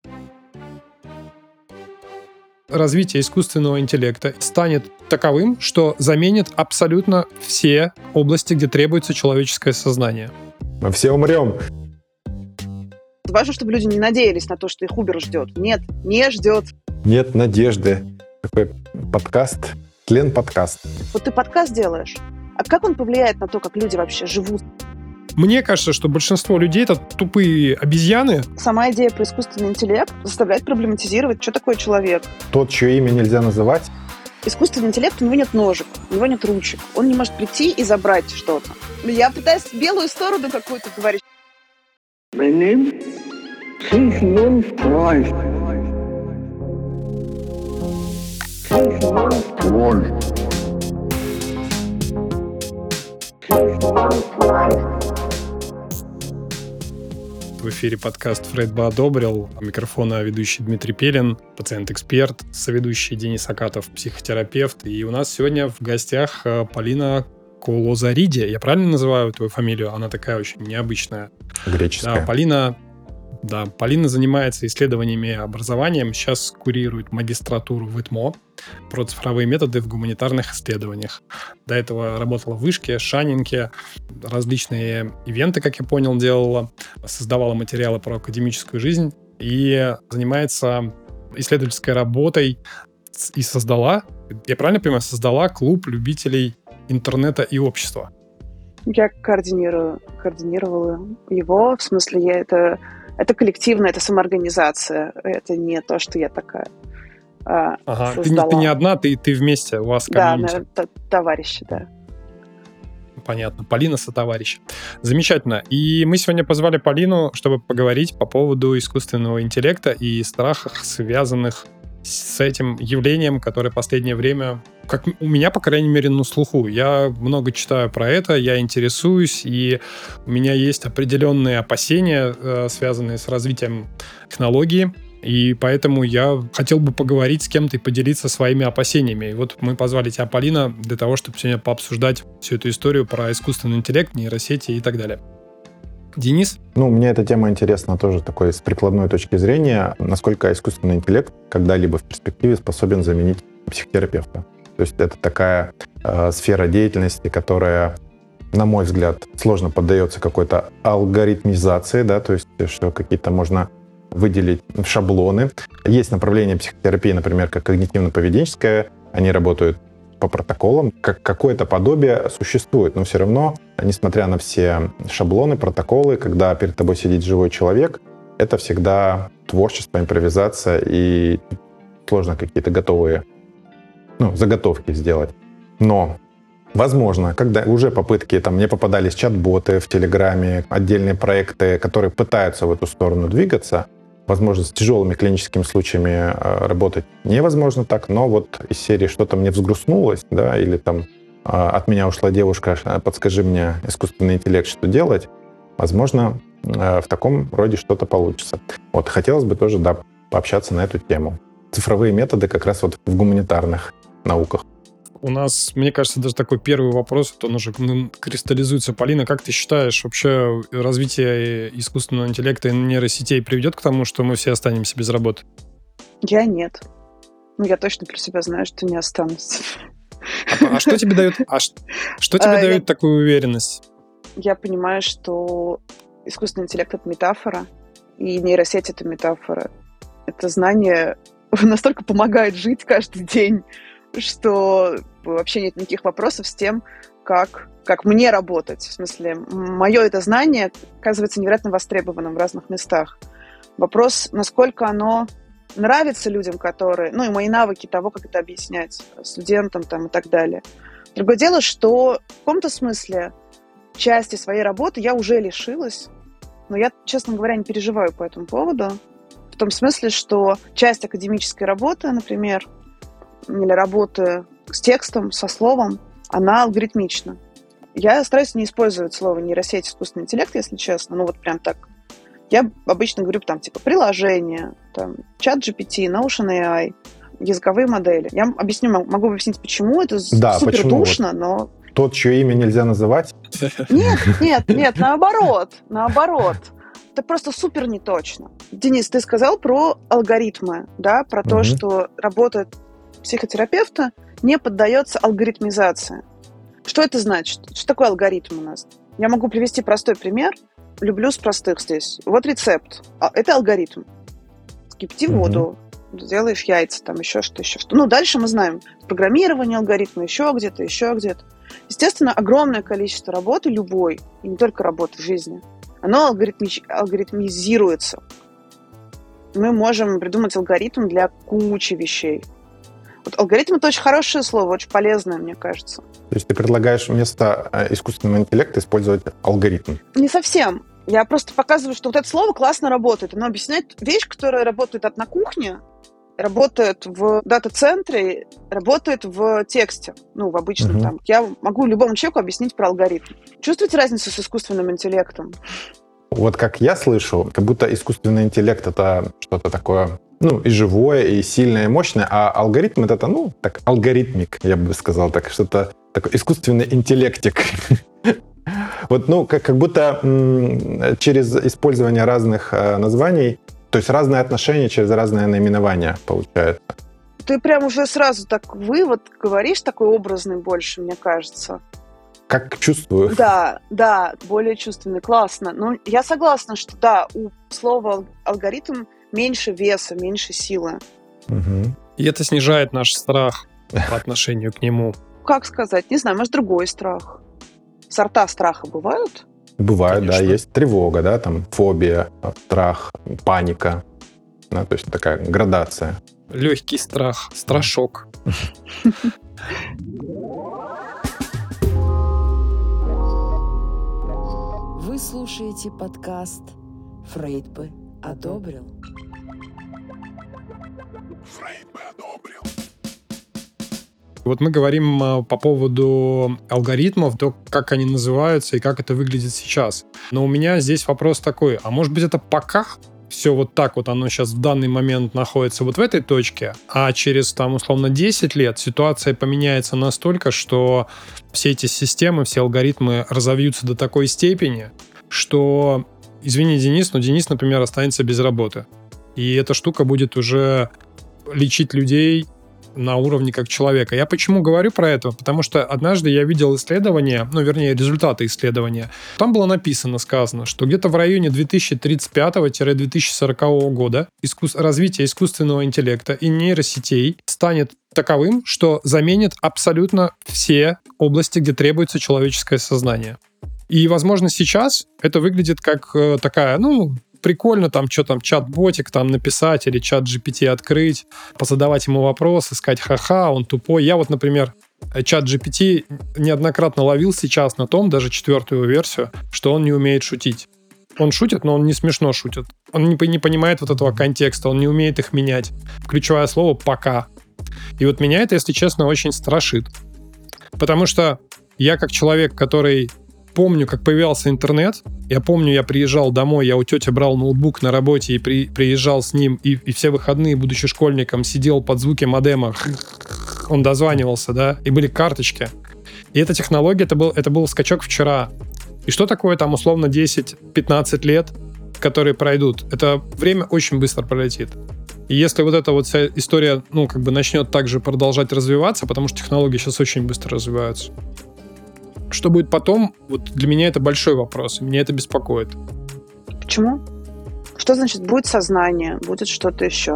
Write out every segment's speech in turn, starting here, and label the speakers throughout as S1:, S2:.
S1: Развитие искусственного интеллекта станет таковым, что заменит абсолютно все области, где требуется человеческое сознание.
S2: Мы все умрем.
S3: Важно, чтобы люди не надеялись на то, что их Uber ждет. Нет, не ждет.
S2: Нет надежды. Такой подкаст, тлен-подкаст.
S3: Вот ты подкаст делаешь, а как он повлияет на то, как люди вообще живут?
S1: Мне кажется, что большинство людей — это тупые обезьяны.
S3: Сама идея про искусственный интеллект заставляет проблематизировать, что такое человек.
S2: Тот, чье имя нельзя называть.
S3: Искусственный интеллект, у него нет ножек, у него нет ручек. Он не может прийти и забрать что-то. Я пытаюсь белую сторону какую-то говорить.
S4: My name is Sigmund Freud. Sigmund Freud. Sigmund Freud.
S1: В эфире подкаст «Фрейд бы одобрил». У микрофона ведущий Дмитрий Пелин, пациент-эксперт, соведущий Денис Акатов, психотерапевт. И у нас сегодня в гостях Полина Колозариди. Я правильно называю твою фамилию? Она такая очень необычная.
S2: Греческая.
S1: Полина занимается исследованиями и образованием. Сейчас курирует магистратуру в ИТМО про цифровые методы в гуманитарных исследованиях. До этого работала в Вышке, Шанинке, различные ивенты, как я понял, делала, создавала материалы про академическую жизнь и занимается исследовательской работой и создала, я правильно понимаю, создала клуб любителей интернета и общества.
S3: Я координировала его, в смысле, это коллективно, это самоорганизация, это не то, что я такая создала.
S1: Ты не одна, ты вместе, у вас комьюнити.
S3: Да, товарищи, да.
S1: Понятно, Полина сотоварищ. Замечательно. И мы сегодня позвали Полину, чтобы поговорить по поводу искусственного интеллекта и страхах, связанных с этим явлением, которое в последнее время, как у меня, по крайней мере, на слуху. Я много читаю про это, я интересуюсь, и у меня есть определенные опасения, связанные с развитием технологии, и поэтому я хотел бы поговорить с кем-то и поделиться своими опасениями. И вот мы позвали тебя, Полина, для того, чтобы сегодня пообсуждать всю эту историю про искусственный интеллект, нейросети и так далее. Денис?
S2: Мне эта тема интересна тоже такой с прикладной точки зрения, насколько искусственный интеллект когда-либо в перспективе способен заменить психотерапевта. То есть это такая сфера деятельности, которая, на мой взгляд, сложно поддается какой-то алгоритмизации, да, то есть что какие-то можно выделить шаблоны. Есть направление психотерапии, например, как когнитивно-поведенческое, они работают по протоколам, как какое-то подобие существует, но все равно, несмотря на все шаблоны, протоколы, когда перед тобой сидит живой человек, это всегда творчество, импровизация, и сложно какие-то готовые заготовки сделать. Но, возможно, когда уже попытки, мне попадались чат-боты в Телеграме, отдельные проекты, которые пытаются в эту сторону двигаться, возможно, с тяжелыми клиническими случаями работать невозможно так, но вот из серии что-то мне взгрустнулось, да, или от меня ушла девушка, подскажи мне, искусственный интеллект, что делать, возможно, в таком роде что-то получится. Вот, хотелось бы тоже, пообщаться на эту тему. Цифровые методы как раз вот в гуманитарных науках.
S1: У нас, мне кажется, даже такой первый вопрос, он уже кристаллизуется. Полина, как ты считаешь, вообще развитие искусственного интеллекта и нейросетей приведет к тому, что мы все останемся без работы?
S3: Я нет. Я точно про себя знаю, что не останусь.
S1: А что тебе дает такую уверенность?
S3: Я понимаю, что искусственный интеллект — это метафора, и нейросеть — это метафора. Это знание настолько помогает жить каждый день, что вообще нет никаких вопросов с тем, как мне работать. В смысле, мое это знание оказывается невероятно востребованным в разных местах. Вопрос, насколько оно нравится людям, которые... и мои навыки того, как это объяснять студентам и так далее. Другое дело, что в каком-то смысле части своей работы я уже лишилась, но я, честно говоря, не переживаю по этому поводу. В том смысле, что часть академической работы, например, или работы с текстом, со словом, она алгоритмична. Я стараюсь не использовать слово нейросеть, искусственный интеллект, если честно, прям так. Я обычно говорю приложение, чат GPT, Notion AI, языковые модели. Я могу объяснить, почему это супер душно, но...
S2: Тот, чье имя нельзя называть?
S3: Нет, наоборот. это просто супер неточно. Денис, ты сказал про алгоритмы, да, про то, что работа психотерапевта не поддается алгоритмизации. Что это значит? Что такое алгоритм у нас? Я могу привести простой пример. Люблю с простых здесь. Вот рецепт. Это алгоритм. Кипяти воду, делаешь яйца, там еще что. Ну, дальше мы знаем программирование алгоритма, еще где-то. Естественно, огромное количество работы любой, и не только работы в жизни, оно алгоритмизируется. Мы можем придумать алгоритм для кучи вещей. Вот алгоритм — это очень хорошее слово, очень полезное, мне кажется.
S2: То есть ты предлагаешь вместо искусственного интеллекта использовать алгоритм?
S3: Не совсем. Я просто показываю, что вот это слово классно работает. Оно объясняет вещь, которая работает на кухне, работает в дата-центре, работает в тексте, ну, в обычном там. Я могу любому человеку объяснить про алгоритм. Чувствуете разницу с искусственным интеллектом?
S2: Вот как я слышу, как будто искусственный интеллект — это что-то такое, ну, и живое, и сильное, и мощное, а алгоритм — это, ну, так, алгоритмик, я бы сказал, так, что-то такой искусственный интеллектик. Вот, ну, как будто через использование разных названий, то есть разные отношения через разные наименования получается.
S3: Ты прям уже сразу так вывод говоришь, такой образный больше, мне кажется.
S2: Как чувствую.
S3: Да, более чувственный, классно. Но я согласна, что да, у слова алгоритм меньше веса, меньше силы.
S1: И это снижает наш страх по отношению к нему.
S3: Как сказать? Не знаю, может, другой страх. Сорта страха бывают?
S2: Бывает,
S1: конечно.
S2: Да, есть тревога, да, там фобия, страх, паника. Да, то есть такая градация.
S1: Легкий страх, страшок.
S5: Вы слушаете подкаст «Фрейд бы одобрил».
S1: Вот мы говорим по поводу алгоритмов, то, как они называются и как это выглядит сейчас. Но у меня здесь вопрос такой, а может быть это пока все вот так вот оно сейчас в данный момент находится вот в этой точке, а через там условно 10 лет ситуация поменяется настолько, что все эти системы, все алгоритмы разовьются до такой степени, что, извини, Денис, но Денис, например, останется без работы. И эта штука будет уже лечить людей на уровне как человека. Я почему говорю про это? Потому что однажды я видел исследование, ну, вернее, результаты исследования. Там было сказано, что где-то в районе 2035-2040 года развитие искусственного интеллекта и нейросетей станет таковым, что заменит абсолютно все области, где требуется человеческое сознание. И, возможно, сейчас это выглядит как такая, ну, прикольно там чат-ботик там написать или чат GPT открыть, позадавать ему вопросы, сказать ха-ха, он тупой. Я вот, например, чат GPT неоднократно ловил сейчас на том, даже 4-ю версию, что он не умеет шутить. Он шутит, но он не смешно шутит. Он не понимает вот этого контекста, он не умеет их менять. Ключевое слово «пока». И вот меня это, если честно, очень страшит. Потому что я как человек, который... Помню, как появился интернет. Я помню, я приезжал домой, я у тети брал ноутбук на работе и приезжал с ним, и все выходные, будучи школьником, сидел под звуки модема. Он дозванивался, да, и были карточки. И эта технология, это был скачок вчера. И что такое там условно 10-15 лет, которые пройдут? Это время очень быстро пролетит. И если вот эта вот вся история, ну, как бы начнет также продолжать развиваться, потому что технологии сейчас очень быстро развиваются, что будет потом, вот для меня это большой вопрос, и меня это беспокоит.
S3: Почему? Что значит будет сознание, будет что-то еще?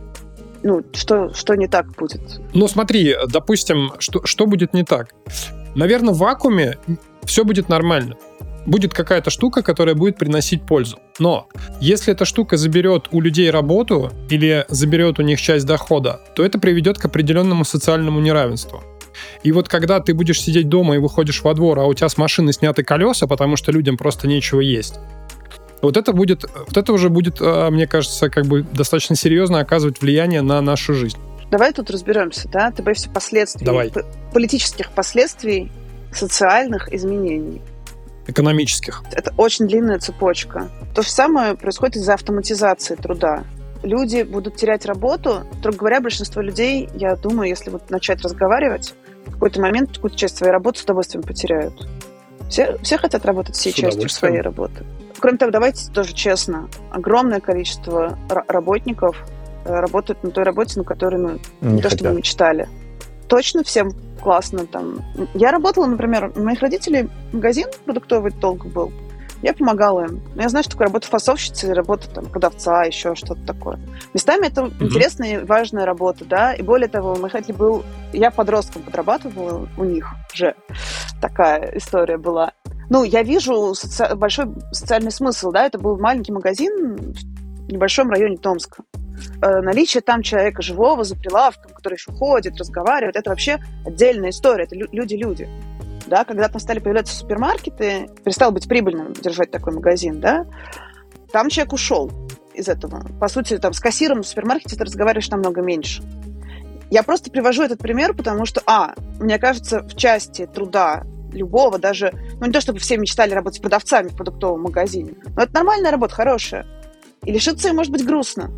S3: Что не так будет?
S1: Ну, смотри, допустим, что будет не так? Наверное, в вакууме все будет нормально. Будет какая-то штука, которая будет приносить пользу. Но если эта штука заберет у людей работу или заберет у них часть дохода, то это приведет к определенному социальному неравенству. И вот когда ты будешь сидеть дома и выходишь во двор, а у тебя с машины сняты колеса, потому что людям просто нечего есть, вот это уже будет, мне кажется, как бы достаточно серьезно оказывать влияние на нашу жизнь.
S3: Давай тут разберемся, да? Ты боишься последствий, политических последствий, социальных изменений.
S1: Экономических.
S3: Это очень длинная цепочка. То же самое происходит из-за автоматизации труда. Люди будут терять работу. Строго говоря, большинство людей, я думаю, если вот начать разговаривать, в какой-то момент какую-то часть своей работы с удовольствием потеряют. Все хотят работать всей частью своей работы. Кроме того, давайте тоже честно, огромное количество работников работают на той работе, на которой, не то чтобы мечтали. Точно всем классно там. Я работала, например, у моих родителей магазин продуктовый долго был. Я помогала им. Но я знаю, что такое работа фасовщицы, работа там продавца, еще что-то такое. Местами это интересная и важная работа, да. И более того, у моих родителей был... Я подростком подрабатывала у них же. Такая история была. Я вижу большой социальный смысл, да. Это был маленький магазин в небольшом районе Томска. Наличие там человека живого за прилавком, который еще ходит, разговаривает, это вообще отдельная история. Это люди-люди. Да, когда там стали появляться супермаркеты, перестало быть прибыльным держать такой магазин, да, там человек ушел из этого. По сути, там с кассиром в супермаркете ты разговариваешь намного меньше. Я просто привожу этот пример, потому что, мне кажется, в части труда любого, даже, не то чтобы все мечтали работать продавцами в продуктовом магазине, но это нормальная работа, хорошая. И лишиться ее может быть грустно.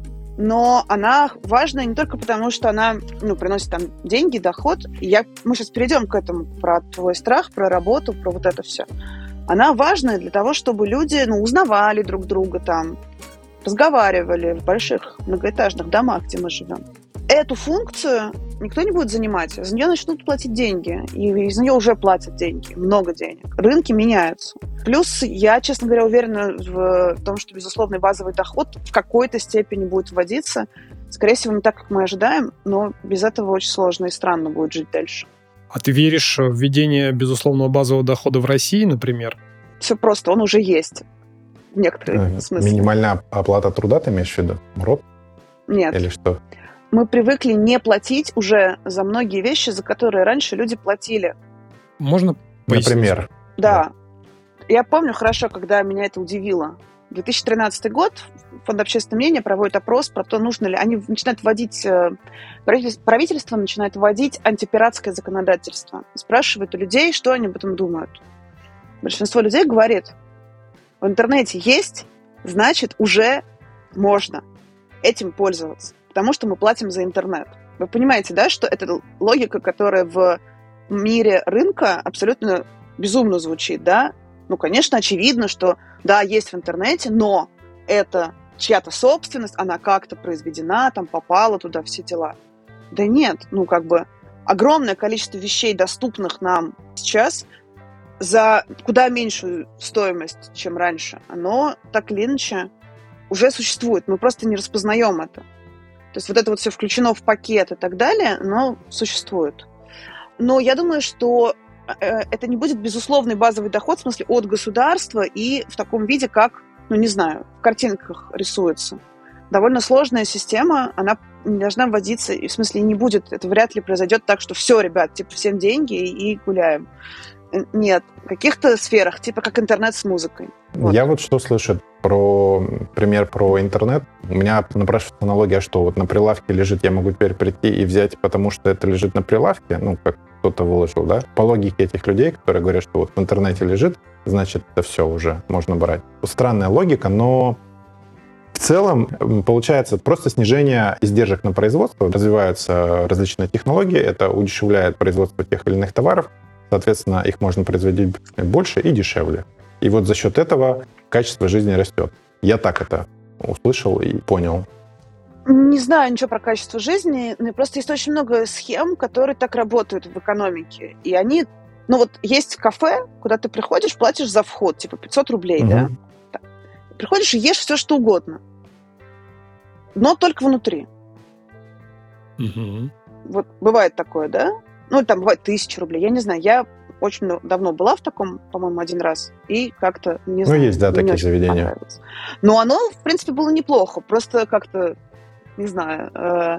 S3: Но она важна не только потому, что она приносит там деньги, доход. Мы сейчас перейдем к этому, про твой страх, про работу, про вот это все. Она важна для того, чтобы люди узнавали друг друга там, разговаривали в больших многоэтажных домах, где мы живем. Эту функцию никто не будет занимать. За нее начнут платить деньги. И за нее уже платят деньги. Много денег. Рынки меняются. Плюс я, честно говоря, уверена в том, что безусловный базовый доход в какой-то степени будет вводиться. Скорее всего, не так, как мы ожидаем, но без этого очень сложно и странно будет жить дальше.
S1: А ты веришь в введение безусловного базового дохода в России, например?
S3: Все просто. Он уже есть. В некотором смысле.
S2: Минимальная оплата труда ты имеешь в виду? МРОТ?
S3: Нет.
S2: Или что?
S3: Мы привыкли не платить уже за многие вещи, за которые раньше люди платили.
S1: Можно пояснить?
S2: Например.
S3: Да. Я помню хорошо, когда меня это удивило. 2013 год Фонд общественного мнения проводит опрос про то, нужно ли... Они начинают вводить... Правительство начинает вводить антипиратское законодательство. Спрашивают у людей, что они об этом думают. Большинство людей говорит, в интернете есть, значит, уже можно этим пользоваться. Потому что мы платим за интернет. Вы понимаете, да, что это логика, которая в мире рынка абсолютно безумно звучит, да? Конечно, очевидно, что да, есть в интернете, но это чья-то собственность, она как-то произведена, там попала туда, все дела. Да нет, огромное количество вещей, доступных нам сейчас, за куда меньшую стоимость, чем раньше, оно так или иначе уже существует. Мы просто не распознаем это. То есть вот это вот все включено в пакет и так далее, но существует. Но я думаю, что это не будет безусловный базовый доход, в смысле от государства и в таком виде, как, в картинках рисуется. Довольно сложная система, она не должна вводиться, и в смысле не будет, это вряд ли произойдет так, что все, ребят, всем деньги и гуляем. Нет, в каких-то сферах, как интернет с музыкой. Вот.
S2: Я что слышу пример про интернет. У меня напрашивается аналогия, что на прилавке лежит, я могу теперь прийти и взять, потому что это лежит на прилавке, как кто-то выложил, да? По логике этих людей, которые говорят, что в интернете лежит, значит, это все уже можно брать. Странная логика, но в целом получается просто снижение издержек на производство. Развиваются различные технологии, это удешевляет производство тех или иных товаров, соответственно, их можно производить больше и дешевле. И за счет этого качество жизни растет. Я так это услышал и понял.
S3: Не знаю ничего про качество жизни, но просто есть очень много схем, которые так работают в экономике. И они... есть кафе, куда ты приходишь, платишь за вход, 500 рублей, да? Так. Приходишь и ешь все, что угодно. Но только внутри. Бывает такое, да? Там бывает 1000 рублей, я не знаю. Я очень давно была в таком, по-моему, один раз, и как-то, не знаю.
S2: Есть, да, такие заведения.
S3: Но оно, в принципе, было неплохо. Просто как-то, не знаю,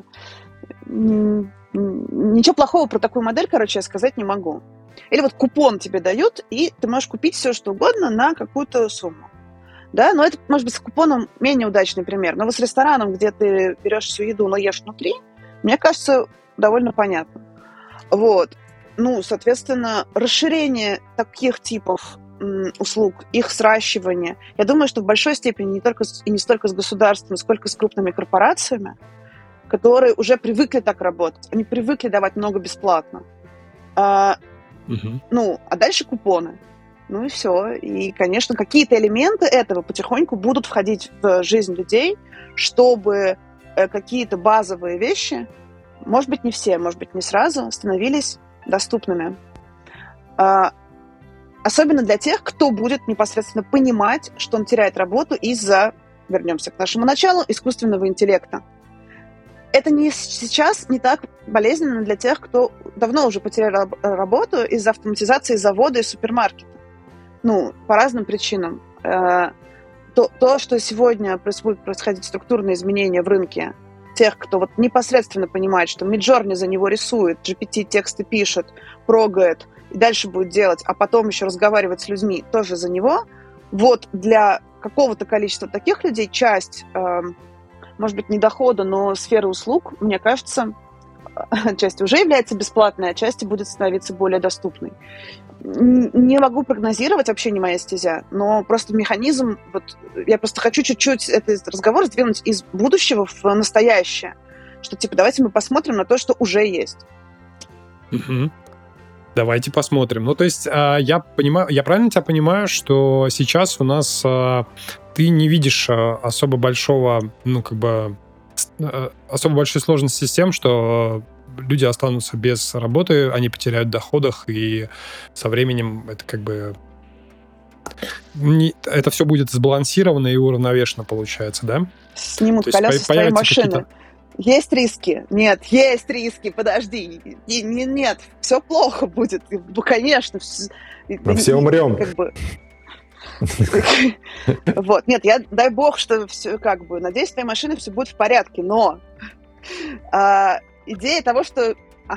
S3: ничего плохого про такую модель, я сказать не могу. Или купон тебе дают, и ты можешь купить все, что угодно на какую-то сумму. Да, но это, может быть, с купоном менее удачный пример. Но с рестораном, где ты берешь всю еду, но ешь внутри, мне кажется, довольно понятно. Соответственно, расширение таких типов услуг, их сращивание, я думаю, что в большой степени не столько с государством, сколько с крупными корпорациями, которые уже привыкли так работать. Они привыкли давать много бесплатно. А дальше купоны. Ну и все. И, конечно, какие-то элементы этого потихоньку будут входить в жизнь людей, чтобы какие-то базовые вещи, может быть, не все, может быть, не сразу, становились доступными. Особенно для тех, кто будет непосредственно понимать, что он теряет работу из-за, вернемся к нашему началу, искусственного интеллекта. Это сейчас не так болезненно для тех, кто давно уже потерял работу из-за автоматизации завода и супермаркета. По разным причинам. То, что сегодня будет происходить структурные изменения в рынке тех, кто непосредственно понимает, что Midjourney за него рисует, GPT тексты пишет, прогает и дальше будет делать, а потом еще разговаривать с людьми тоже за него, для какого-то количества таких людей часть, может быть, не дохода, но сферы услуг, мне кажется, часть уже является бесплатной, а часть будет становиться более доступной. Не могу прогнозировать, вообще не моя стезя, но просто механизм, я просто хочу чуть-чуть этот разговор сдвинуть из будущего в настоящее, что давайте мы посмотрим на то, что уже есть.
S1: Угу. Давайте посмотрим. То есть я правильно тебя понимаю, что сейчас у нас ты не видишь особо большой сложности с тем, что люди останутся без работы, они потеряют в доходах, и со временем это это все будет сбалансировано и уравновешено, получается, да?
S3: Снимут колеса с твоей машины. Есть риски? Нет, есть риски, подожди. Нет, все плохо будет. Конечно.
S2: Мы все умрем.
S3: Нет, дай бог, что все надеюсь, с твоей машиной все будет в порядке, но идея того, что...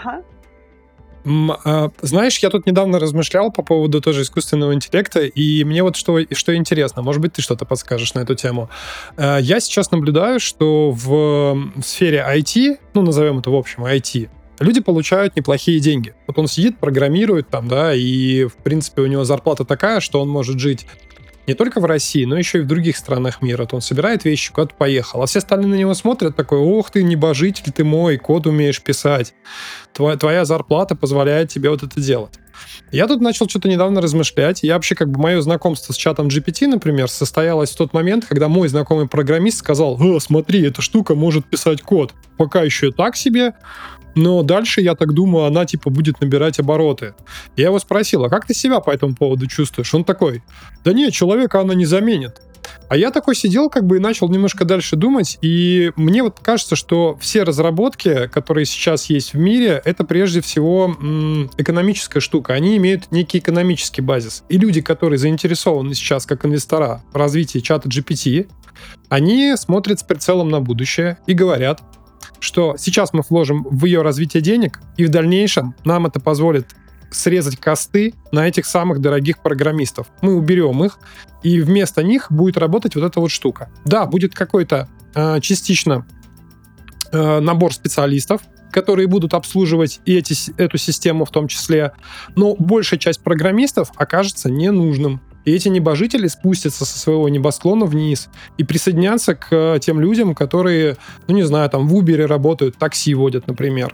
S1: Знаешь, я тут недавно размышлял по поводу тоже искусственного интеллекта, и мне что интересно, может быть, ты что-то подскажешь на эту тему. Я сейчас наблюдаю, что в сфере IT, назовем это в общем IT, люди получают неплохие деньги. Он сидит, программирует и, в принципе, у него зарплата такая, что он может жить не только в России, но еще и в других странах мира. Он собирает вещи, куда-то поехал. А все остальные на него смотрят такой: ох ты, небожитель ты мой, код умеешь писать. Твоя зарплата позволяет тебе это делать. Я тут начал что-то недавно размышлять. Я вообще мое знакомство с чатом GPT, например, состоялось в тот момент, когда мой знакомый программист сказал: смотри, эта штука может писать код. Пока еще так себе, но дальше, я так думаю, она будет набирать обороты. Я его спросил: а как ты себя по этому поводу чувствуешь? Он такой: да нет, человека она не заменит. А я такой сидел и начал немножко дальше думать, и мне кажется, что все разработки, которые сейчас есть в мире, это прежде всего экономическая штука. Они имеют некий экономический базис. И люди, которые заинтересованы сейчас как инвестора в развитии чата GPT, они смотрят с прицелом на будущее и говорят, что сейчас мы вложим в ее развитие денег, и в дальнейшем нам это позволит срезать косты на этих самых дорогих программистов. Мы уберем их, и вместо них будет работать эта штука. Да, будет какой-то частично набор специалистов, которые будут обслуживать и эту систему в том числе, но большая часть программистов окажется ненужным. И эти небожители спустятся со своего небосклона вниз и присоединятся к тем людям, которые, в Uber работают, такси водят, например.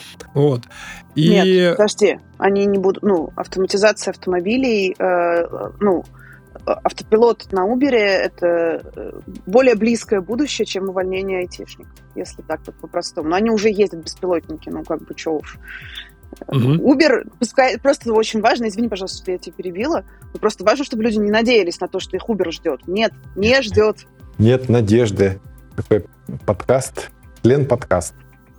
S3: Нет, подожди, они не будут... автоматизация автомобилей, автопилот на Uber — это более близкое будущее, чем увольнение айтишников, если так по-простому. Но они уже ездят беспилотники, чё уж. Uber, просто очень важно, извини, пожалуйста, что я тебя перебила, но просто важно, чтобы люди не надеялись на то, что их Uber ждет. Нет, не ждет.
S2: Нет надежды. Такой подкаст, Лен-подкаст.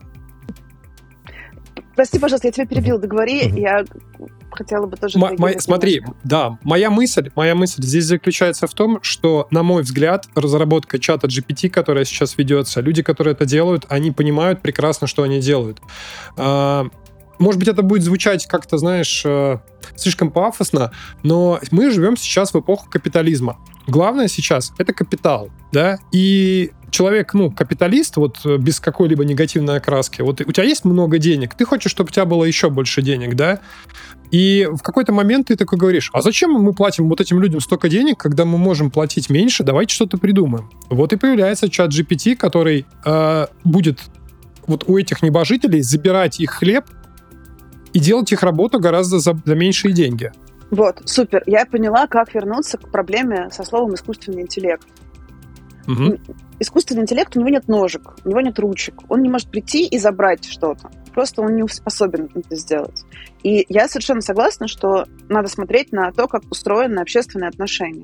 S3: Прости, пожалуйста, я тебя перебила, договори, я хотела бы тоже...
S1: Смотри, да, моя мысль здесь заключается в том, что, на мой взгляд, разработка чата GPT, которая сейчас ведется, люди, которые это делают, они понимают прекрасно, что они делают. Может быть, это будет звучать как-то, слишком пафосно, но мы живем сейчас в эпоху капитализма. Главное сейчас — это капитал, да, и человек, капиталист, без какой-либо негативной окраски, у тебя есть много денег, ты хочешь, чтобы у тебя было еще больше денег, да, и в какой-то момент ты такой говоришь: а зачем мы платим этим людям столько денег, когда мы можем платить меньше, давайте что-то придумаем. И появляется чат GPT, который будет у этих небожителей забирать их хлеб и делать их работу гораздо за меньшие деньги.
S3: Вот, супер. Я поняла, как вернуться к проблеме со словом «искусственный интеллект».
S1: Мгм.
S3: Искусственный интеллект, у него нет ножек, у него нет ручек. Он не может прийти и забрать что-то. Просто он не способен это сделать. И я совершенно согласна, что надо смотреть на то, как устроены общественные отношения.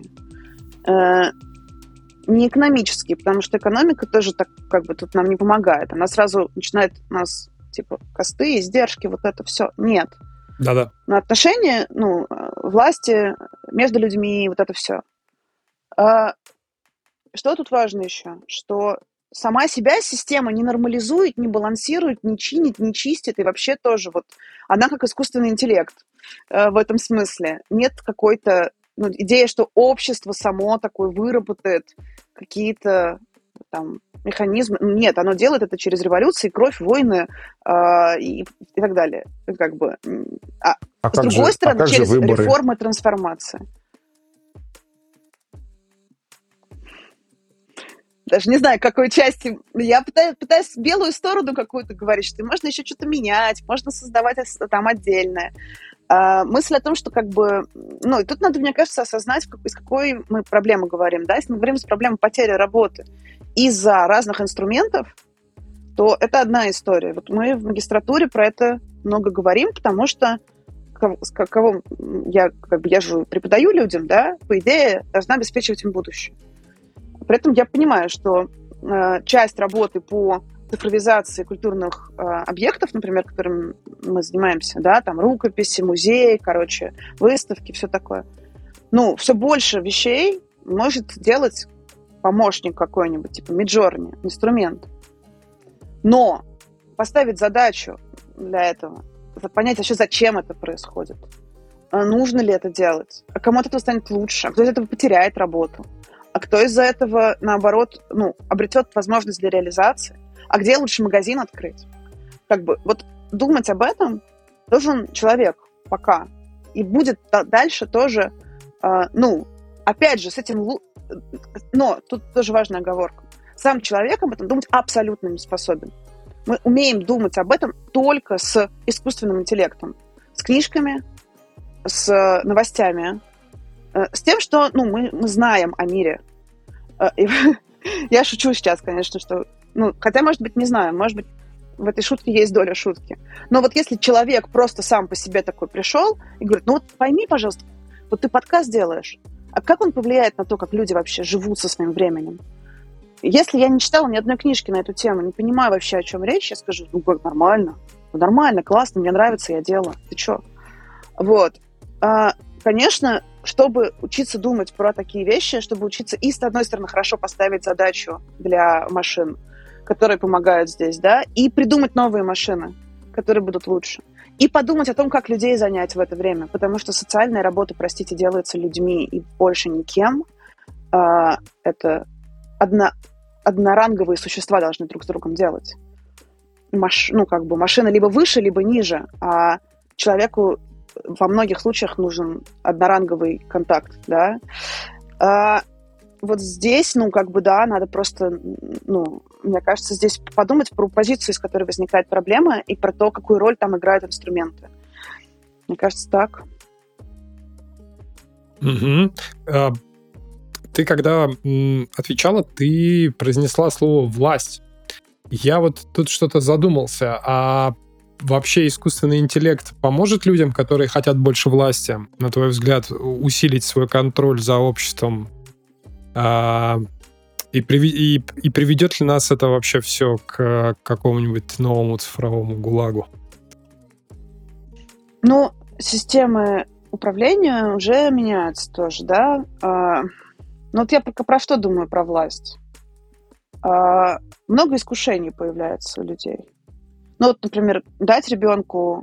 S3: Не экономические, потому что экономика тоже так как бы тут нам не помогает. Она сразу начинает нас, типа, косты, издержки, вот это все. Нет.
S1: Да-да.
S3: Но отношения, власти между людьми, вот это все. Что тут важно еще? Что сама себя система не нормализует, не балансирует, не чинит, не чистит, и вообще тоже вот она как искусственный интеллект в этом смысле. Нет какой-то идеи, что общество само такое выработает какие-то там механизмы. Нет, оно делает это через революции, кровь, войны и так далее. Как бы. С другой стороны, через реформы, трансформации. Даже не знаю, какой части. Я пытаюсь белую сторону какую-то говорить, что можно еще что-то менять, можно создавать там отдельное. Мысль о том, что как бы... и тут надо, мне кажется, осознать, из какой мы проблемы говорим. Да? Если мы говорим о проблеме потери работы из-за разных инструментов, то это одна история. Вот мы в магистратуре про это много говорим, потому что я же преподаю людям, да, по идее, должна обеспечивать им будущее. При этом я понимаю, что часть работы по цифровизации культурных объектов, например, которыми мы занимаемся, да, там рукописи, музеи, выставки, все такое. Все больше вещей может делать помощник какой-нибудь, типа Midjourney, инструмент. Но поставить задачу для этого, понять вообще, зачем это происходит, нужно ли это делать, а кому от этого станет лучше, а кто из этого потеряет работу, а кто из-за этого, наоборот, обретет возможность для реализации, а где лучше магазин открыть. Вот думать об этом должен человек пока. И будет дальше тоже, опять же, с этим... Но тут тоже важная оговорка. Сам человек об этом думать абсолютно не способен. Мы умеем думать об этом только с искусственным интеллектом, с книжками, с новостями, с тем, что мы знаем о мире. Я шучу сейчас, конечно, что... хотя, может быть, не знаю, может быть, в этой шутке есть доля шутки. Но вот если человек просто сам по себе такой пришел и говорит, пойми, пожалуйста, вот ты подкаст делаешь, а как он повлияет на то, как люди вообще живут со своим временем? Если я не читала ни одной книжки на эту тему, не понимаю вообще, о чем речь, я скажу, нормально, классно, мне нравится, я делаю. Ты чё? Вот. Конечно, чтобы учиться думать про такие вещи, чтобы учиться и, с одной стороны, хорошо поставить задачу для машин, которые помогают здесь, да, и придумать новые машины, которые будут лучше. И подумать о том, как людей занять в это время, потому что социальная работа, простите, делается людьми и больше никем. Это одноранговые существа должны друг с другом делать. Машина либо выше, либо ниже, а человеку во многих случаях нужен одноранговый контакт, да. Вот здесь, надо просто, мне кажется, здесь подумать про позицию, из которой возникает проблема, и про то, какую роль там играют инструменты. Мне кажется, так.
S1: Угу. Ты когда отвечала, ты произнесла слово «власть». Я вот тут что-то задумался, а вообще искусственный интеллект поможет людям, которые хотят больше власти, на твой взгляд, усилить свой контроль за обществом? И приведет ли нас это вообще все к какому-нибудь новому цифровому ГУЛАГу?
S3: Системы управления уже меняются тоже, да? Вот я про что думаю про власть? Много искушений появляется у людей. Например, дать ребенку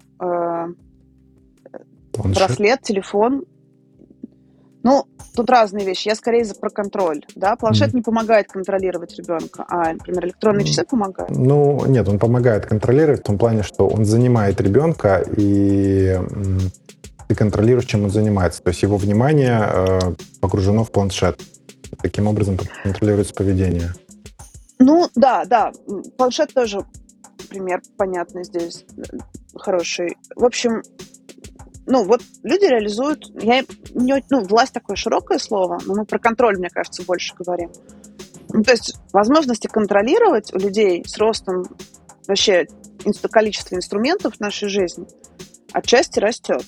S3: браслет, телефон. Тут разные вещи. Я скорее про контроль. Да? Планшет не помогает контролировать ребенка, а, например, электронные часы помогают.
S2: Нет, он помогает контролировать в том плане, что он занимает ребенка, и ты контролируешь, чем он занимается. То есть его внимание погружено в планшет. Таким образом контролируется поведение.
S3: Да. Планшет тоже пример понятный здесь, хороший. В общем, вот люди реализуют, власть такое широкое слово, но мы про контроль, мне кажется, больше говорим. То есть возможности контролировать у людей с ростом вообще количества инструментов в нашей жизни отчасти растет.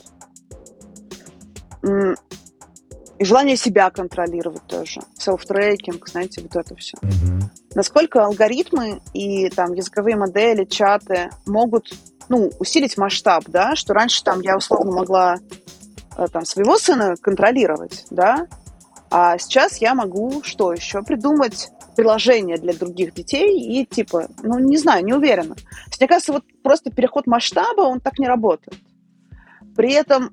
S3: И желание себя контролировать тоже. Селф-трекинг, знаете, вот это все. Насколько алгоритмы и там языковые модели, чаты могут усилить масштаб, да, что раньше там я условно могла своего сына контролировать, да, а сейчас я могу что еще? Придумать приложение для других детей и не знаю, не уверена. То есть, мне кажется, вот просто переход масштаба, он так не работает. При этом,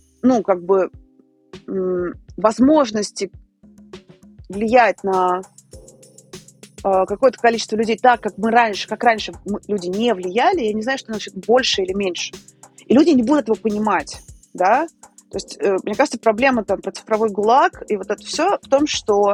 S3: возможности влиять на какое-то количество людей так, как раньше люди не влияли, я не знаю, что значит больше или меньше. И люди не будут этого понимать, да. То есть, мне кажется, проблема про цифровой ГУЛАГ и вот это все в том, что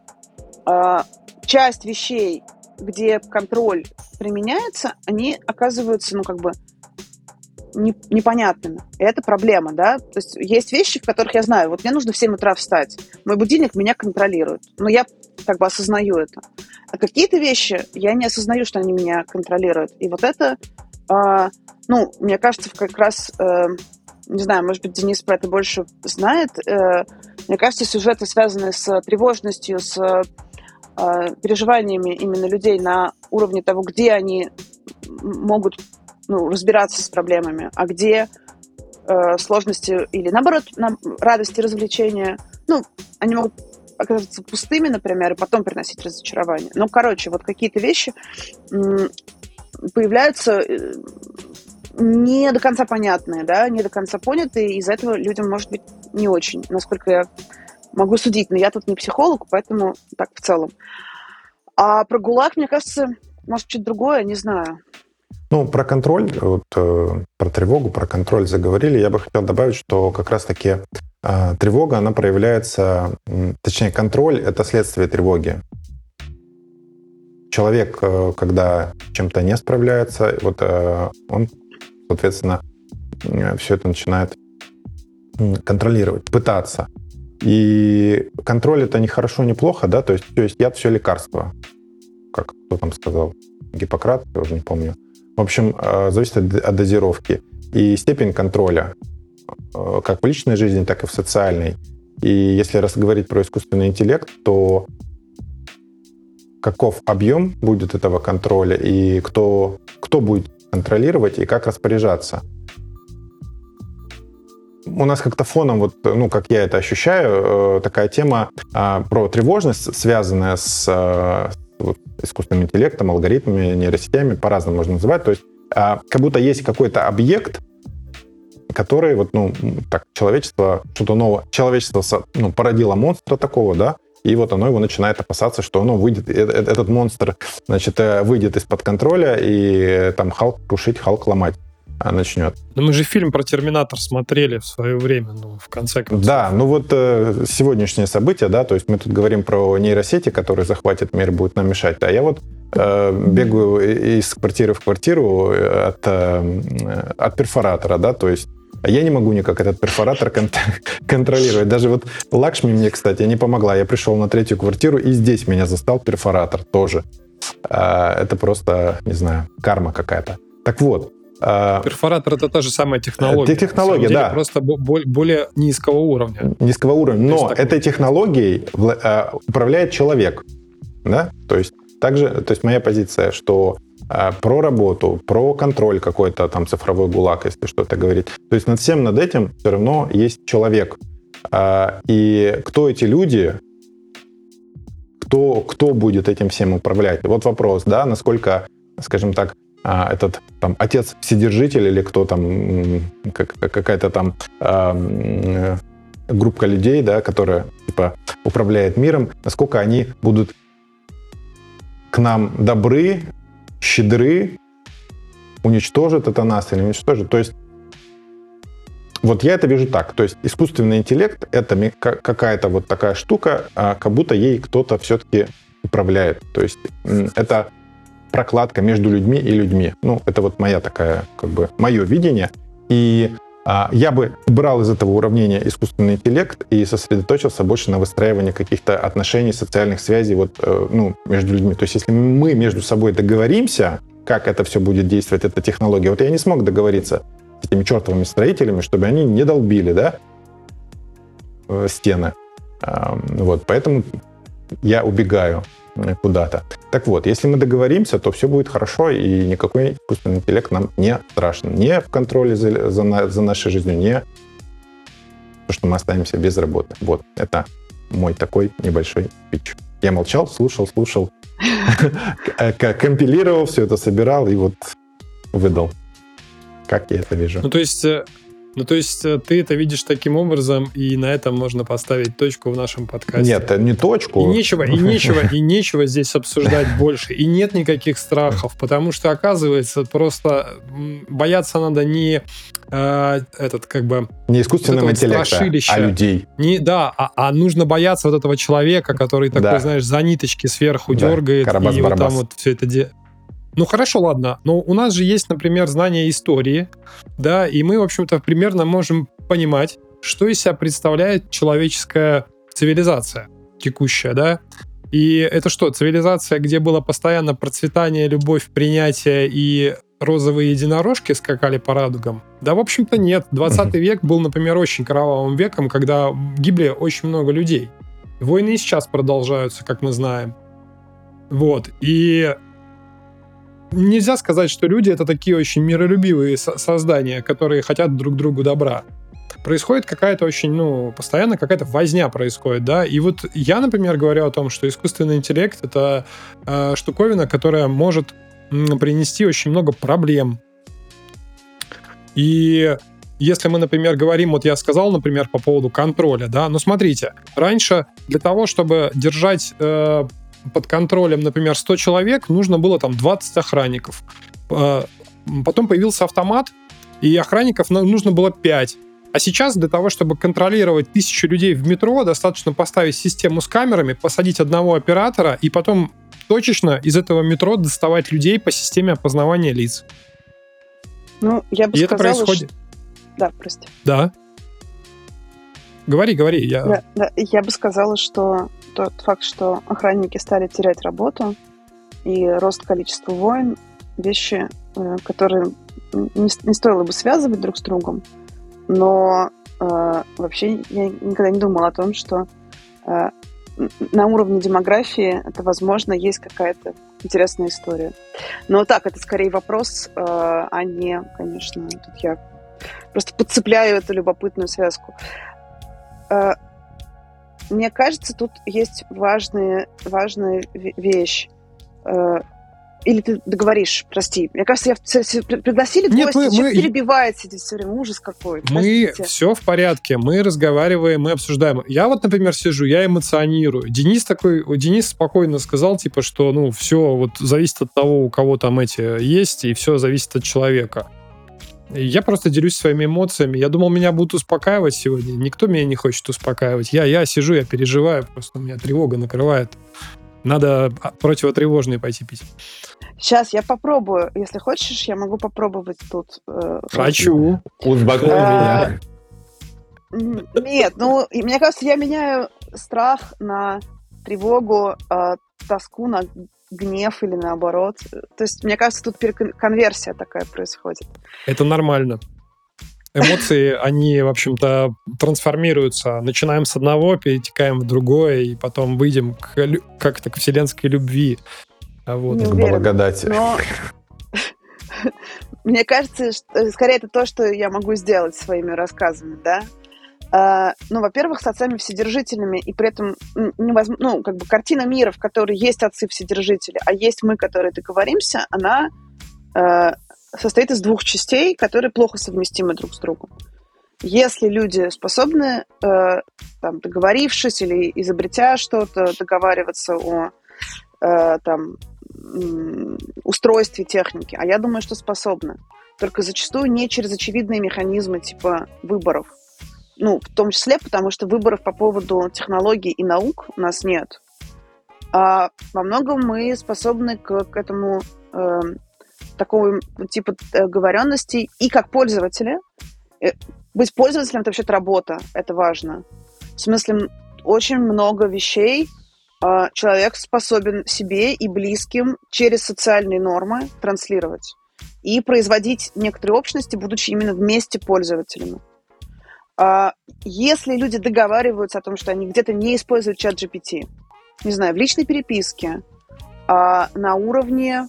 S3: часть вещей, где контроль применяется, они оказываются, непонятными. И это проблема, да. То есть есть вещи, в которых я знаю, вот мне нужно в 7 утра встать, мой будильник меня контролирует, но я осознаю это. А какие-то вещи я не осознаю, что они меня контролируют. И вот это, мне кажется, как раз, не знаю, может быть, Денис про это больше знает, мне кажется, сюжеты, связанные с тревожностью, с переживаниями именно людей на уровне того, где они могут разбираться с проблемами, а где сложности или, наоборот, радости, развлечения, они могут оказываться пустыми, например, и потом приносить разочарование. Вот какие-то вещи появляются не до конца понятные, да, не до конца понятые, и из-за этого людям, может быть, не очень, насколько я могу судить, но я тут не психолог, поэтому так в целом. А про ГУЛАГ, мне кажется, может, чуть другое, не знаю.
S2: Про контроль, про тревогу, про контроль заговорили. Я бы хотел добавить, что как раз-таки тревога, она проявляется, точнее, контроль — это следствие тревоги. Человек, когда чем-то не справляется, он, соответственно, все это начинает контролировать, пытаться. И контроль — это не хорошо, не плохо, да, то есть яд, все лекарство. Как кто там сказал? Гиппократ, я уже не помню. В общем, зависит от дозировки и степень контроля, как в личной жизни, так и в социальной. И если говорить про искусственный интеллект, то каков объем будет этого контроля и кто будет контролировать и как распоряжаться. У нас как-то фоном, как я это ощущаю, такая тема про тревожность, связанная с искусственным интеллектом, алгоритмами, нейросетями, по-разному можно называть. То есть как будто есть какой-то объект, который человечество, что-то новое, человечество породило монстра такого, да, и оно его начинает опасаться, что оно выйдет, этот монстр, выйдет из-под контроля и там Халк крушить, Халк ломать начнет.
S1: Но мы же фильм про Терминатор смотрели в свое время, в конце концов.
S2: Да, сегодняшнее событие, да, то есть мы тут говорим про нейросети, которые захватят мир, будут нам мешать. А я бегаю из квартиры в квартиру от перфоратора, да, то есть я не могу никак этот перфоратор контролировать. Даже Лакшми мне, кстати, не помогла. Я пришел на 3-ю квартиру, и здесь меня застал перфоратор тоже. Это просто, не знаю, карма какая-то. Так вот.
S1: Перфоратор — это та же самая технология.
S2: Технология, да.
S1: Просто более низкого уровня.
S2: Низкого уровня. Но этой технологией управляет человек. Да? То есть моя позиция, что про работу, про контроль какой-то там цифровой ГУЛАГ, если что-то говорить. То есть над всем над этим все равно есть человек. И кто эти люди, кто будет этим всем управлять? Вот вопрос, да, насколько, скажем так, этот там отец вседержитель или кто там, какая-то там группа людей, да, которая управляет миром, насколько они будут к нам добры, щедры, уничтожат это нас или не уничтожат. То есть я это вижу так. То есть искусственный интеллект — это какая-то такая штука, как будто ей кто-то все-таки управляет. То есть это прокладка между людьми и людьми. Это моя такая, мое видение. И Я бы убрал из этого уравнения искусственный интеллект и сосредоточился больше на выстраивании каких-то отношений, социальных связей между людьми. То есть если мы между собой договоримся, как это все будет действовать, эта технология. Вот я не смог договориться с этими чертовыми строителями, чтобы они не долбили, стены. Поэтому я убегаю куда-то. Так вот, если мы договоримся, то все будет хорошо, и никакой искусственный интеллект нам не страшен. Не в контроле за нашей жизнью, не то, что мы останемся без работы. Вот, это мой такой небольшой питч. Я молчал, слушал, компилировал, все это собирал и вот выдал. Как я это вижу.
S1: То есть ты это видишь таким образом, и на этом можно поставить точку в нашем подкасте.
S2: Нет, не точку.
S1: И нечего здесь обсуждать больше. И нет никаких страхов, потому что, оказывается, просто бояться надо не
S2: не искусственного интеллекта, а людей.
S1: А нужно бояться вот этого человека, который такой, знаешь, за ниточки сверху дергает, и вот там вот все это делает. Ну, хорошо, ладно, но у нас же есть, например, знание истории, да, и мы, в общем-то, примерно можем понимать, что из себя представляет человеческая цивилизация текущая, да, и это что, цивилизация, где было постоянно процветание, любовь, принятие и розовые единорожки скакали по радугам? Да, в общем-то, нет. 20 век был, например, очень кровавым веком, когда гибли очень много людей. Войны и сейчас продолжаются, как мы знаем. Вот, и нельзя сказать, что люди — это такие очень миролюбивые создания, которые хотят друг другу добра. Происходит какая-то очень, постоянно какая-то возня происходит, да, и вот я, например, говорю о том, что искусственный интеллект — это штуковина, которая может принести очень много проблем. И если мы, например, говорим, вот я сказал, например, по поводу контроля, да, смотрите, раньше для того, чтобы держать под контролем, например, 100 человек, нужно было там 20 охранников. Потом появился автомат, и охранников нужно было 5. А сейчас для того, чтобы контролировать 1000 людей в метро, достаточно поставить систему с камерами, посадить одного оператора и потом точечно из этого метро доставать людей по системе опознавания лиц.
S3: Я бы сказала,
S1: это происходит...
S3: Да, прости.
S1: Да. Говори.
S3: Да, я бы сказала, что тот факт, что охранники стали терять работу и рост количества войн, вещи, которые не стоило бы связывать друг с другом, но вообще я никогда не думала о том, что на уровне демографии это, возможно, есть какая-то интересная история. Но так, это скорее вопрос, а не, конечно, тут я просто подцепляю эту любопытную связку. Мне кажется, тут есть важная вещь. Или ты договоришь, прости. Мне кажется, пригласили гостя, что перебивает, сидит все время, ужас какой. Простите.
S1: Все в порядке, мы разговариваем, мы обсуждаем. Я вот, например, сижу, я эмоционирую. Денис спокойно сказал, что, все вот зависит от того, у кого там эти есть, и все зависит от человека. Я просто делюсь своими эмоциями. Я думал, меня будут успокаивать сегодня. Никто меня не хочет успокаивать. Я сижу, я переживаю, просто у меня тревога накрывает. Надо противотревожные пойти пить.
S3: Сейчас я попробую. Если хочешь, я могу попробовать тут.
S1: Хочу.
S2: Успокой меня.
S3: Нет, мне кажется, я меняю страх на тревогу, тоску на гнев или наоборот. То есть, мне кажется, тут конверсия такая происходит.
S1: Это нормально. Эмоции, они, в общем-то, трансформируются. Начинаем с одного, перетекаем в другое, и потом выйдем как-то к вселенской любви. Вот.
S3: Не уверена,
S2: благодати.
S3: Но мне кажется, что, скорее, это то, что я могу сделать своими рассказами, да? Во-первых, с отцами-вседержителями, и при этом невозможно, картина мира, в которой есть отцы-вседержители, а есть мы, которые договоримся, она состоит из двух частей, которые плохо совместимы друг с другом. Если люди способны, договорившись или изобретя что-то, договариваться о устройстве техники, а я думаю, что способны, только зачастую не через очевидные механизмы типа выборов. В том числе, потому что выборов по поводу технологий и наук у нас нет. А во многом мы способны к этому такого типа договоренностей и как пользователи, Быть пользователем — это вообще-то работа, это важно. В смысле, очень много вещей человек способен себе и близким через социальные нормы транслировать и производить некоторые общности, будучи именно вместе пользователями. Если люди договариваются о том, что они где-то не используют чат GPT, не знаю, в личной переписке, на уровне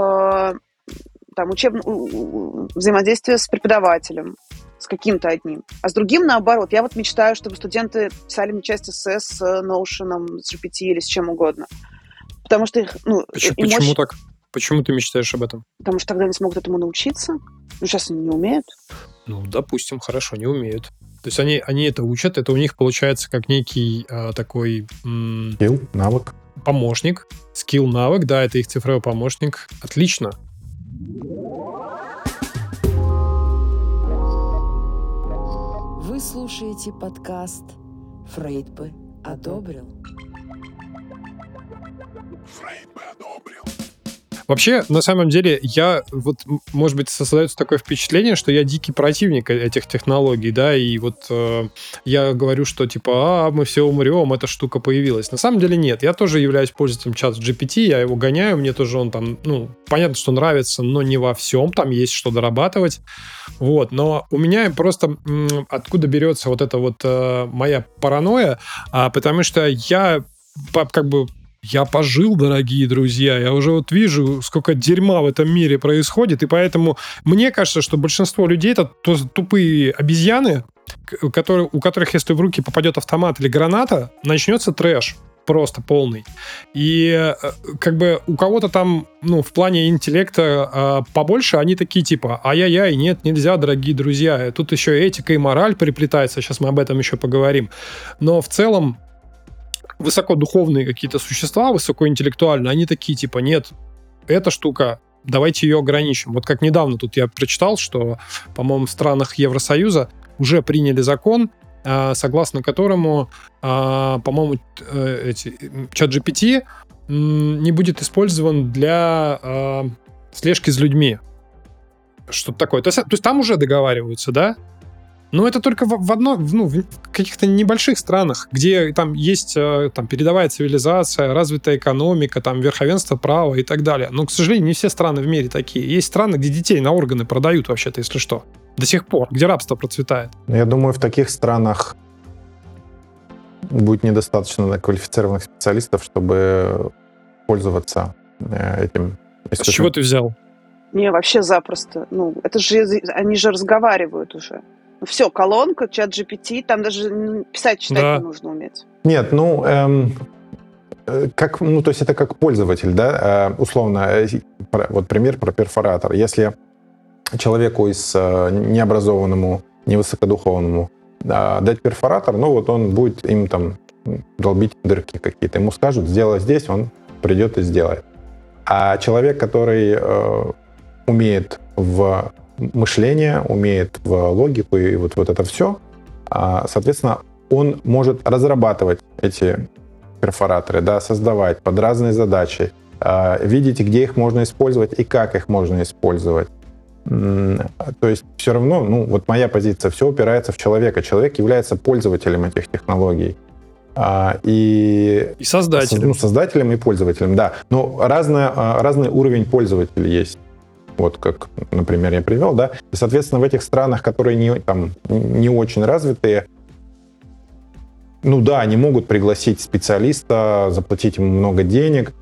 S3: взаимодействия с преподавателем, с каким-то одним. А с другим, наоборот, я вот мечтаю, чтобы студенты писали мне часть эссе с Notion, с GPT или с чем угодно. Потому что их...
S1: Почему так? Почему ты мечтаешь об этом?
S3: Потому что тогда они смогут этому научиться. Сейчас они не умеют.
S1: Допустим, хорошо, не умеют. То есть они это учат, это у них получается как некий такой...
S2: Скилл, навык.
S1: Помощник. Скилл, навык, да, это их цифровой помощник. Отлично.
S5: Вы слушаете подкаст «Фрейд бы одобрил».
S1: Вообще, на самом деле, может быть, создается такое впечатление, что я дикий противник этих технологий, да, и вот я говорю, что типа, мы все умрем, эта штука появилась. На самом деле нет, я тоже являюсь пользователем чата GPT, я его гоняю, мне тоже он там, понятно, что нравится, но не во всем, там есть что дорабатывать, вот, но у меня просто откуда берется вот эта вот моя паранойя, потому что я пожил, дорогие друзья, я уже вот вижу, сколько дерьма в этом мире происходит, и поэтому мне кажется, что большинство людей это тупые обезьяны, у которых, если в руки попадет автомат или граната, начнется трэш просто полный. И у кого-то там, в плане интеллекта побольше, они такие типа, ай-яй-яй, нет, нельзя, дорогие друзья, тут еще этика и мораль переплетается, сейчас мы об этом еще поговорим. Но в целом высокодуховные какие-то существа, высокоинтеллектуальные, они такие, типа, нет, эта штука, давайте ее ограничим. Вот как недавно тут я прочитал, что, по-моему, в странах Евросоюза уже приняли закон, согласно которому, по-моему, чат GPT не будет использован для слежки за людьми. Что-то такое. То есть там уже договариваются, да? Но это только в каких-то небольших странах, где там есть там, передовая цивилизация, развитая экономика, там, верховенство права и так далее. Но, к сожалению, не все страны в мире такие. Есть страны, где детей на органы продают вообще-то, если что. До сих пор, где рабство процветает.
S2: Я думаю, в таких странах будет недостаточно квалифицированных специалистов, чтобы пользоваться этим.
S1: С чего ты взял?
S3: Не, вообще запросто. Это же они же разговаривают уже. Все, колонка, чат GPT, там даже писать, читать не нужно уметь.
S2: Нет, то есть это как пользователь, да, условно, вот пример про перфоратор. Если человеку необразованному, невысокодуховному дать перфоратор, он будет им там долбить дырки какие-то. Ему скажут, сделай здесь, он придет и сделает. А человек, который умеет в мышление, умеет в логику и вот это все, соответственно, он может разрабатывать эти перфораторы, да, создавать под разные задачи, видеть, где их можно использовать и как их можно использовать. То есть все равно, вот моя позиция, все упирается в человека. Человек является пользователем этих технологий. И
S1: создателем.
S2: Создателем и пользователем, да. Но разный уровень пользователей есть. Вот как, например, я привел, да. И, соответственно, в этих странах, которые не очень развитые, они могут пригласить специалиста, заплатить ему много денег.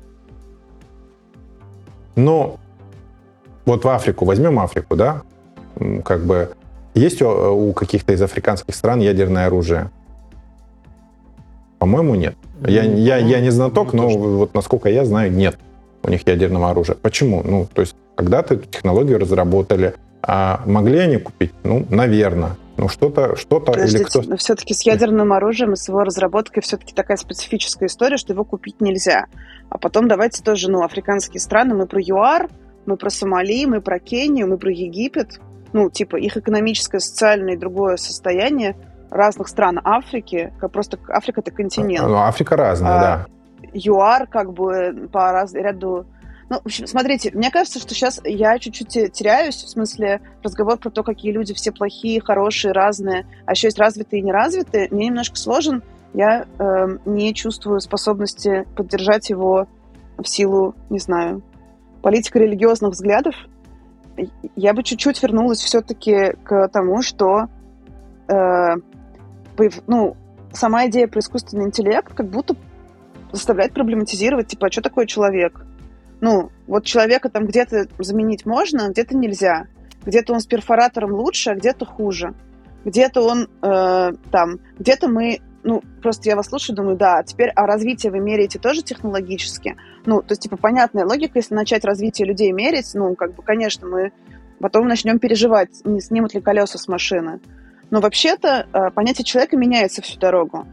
S2: Но вот возьмем Африку, да, есть у каких-то из африканских стран ядерное оружие? По-моему, нет. Я не знаток, но вот насколько я знаю, нет у них ядерного оружия. Почему? То есть когда-то эту технологию разработали, а могли они купить? Наверное. Что-то
S3: Подождите,
S2: или кто...
S3: но все-таки с ядерным оружием и с его разработкой все-таки такая специфическая история, что его купить нельзя. А потом давайте тоже, африканские страны, мы про ЮАР, мы про Сомали, мы про Кению, мы про Египет. Их экономическое, социальное и другое состояние разных стран Африки, просто Африка — это континент.
S2: Африка разная, да.
S3: ЮАР по ряду... Ну, в общем, смотрите, мне кажется, что сейчас я чуть-чуть теряюсь, в смысле разговор про то, какие люди все плохие, хорошие, разные, а еще есть развитые и неразвитые, мне немножко сложен. Я не чувствую способности поддержать его в силу, не знаю, политико-религиозных взглядов. Я бы чуть-чуть вернулась все-таки к тому, что сама идея про искусственный интеллект как будто заставляет проблематизировать, типа, а что такое человек? Ну, вот человека там где-то заменить можно, где-то нельзя. Где-то он с перфоратором лучше, а где-то хуже. Где-то он где-то мы... Ну, просто я вас слушаю, думаю, да, а теперь, развитие вы меряете тоже технологически? Ну, то есть, типа, понятная логика, если начать развитие людей мерить, ну, как бы, конечно, мы потом начнем переживать, не снимут ли колеса с машины. Но вообще-то понятие человека меняется всю дорогу.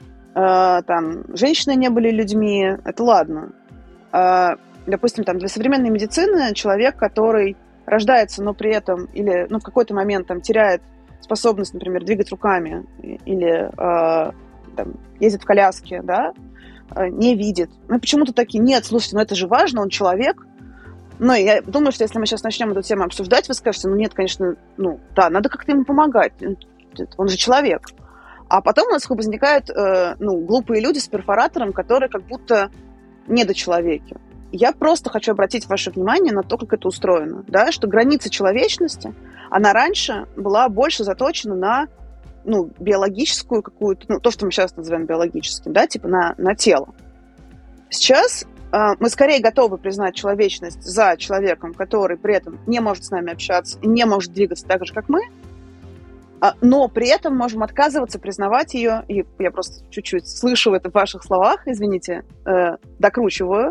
S3: Женщины не были людьми, это ладно. Допустим, для современной медицины человек, который рождается, но при этом или в какой-то момент теряет способность, например, двигать руками или ездит в коляске, да, не видит. Мы почему-то такие, нет, слушайте, это же важно, он человек. Но я думаю, что если мы сейчас начнем эту тему обсуждать, вы скажете, нет, конечно, надо как-то ему помогать, он же человек. А потом у нас возникают глупые люди с перфоратором, которые как будто недочеловеки. Я просто хочу обратить ваше внимание на то, как это устроено, да, что граница человечности, она раньше была больше заточена на биологическую какую-то, то, что мы сейчас называем биологическим, да, типа на тело. Сейчас мы скорее готовы признать человечность за человеком, который при этом не может с нами общаться и не может двигаться так же, как мы, но при этом можем отказываться признавать ее, и я просто чуть-чуть слышу это в ваших словах, извините, докручиваю,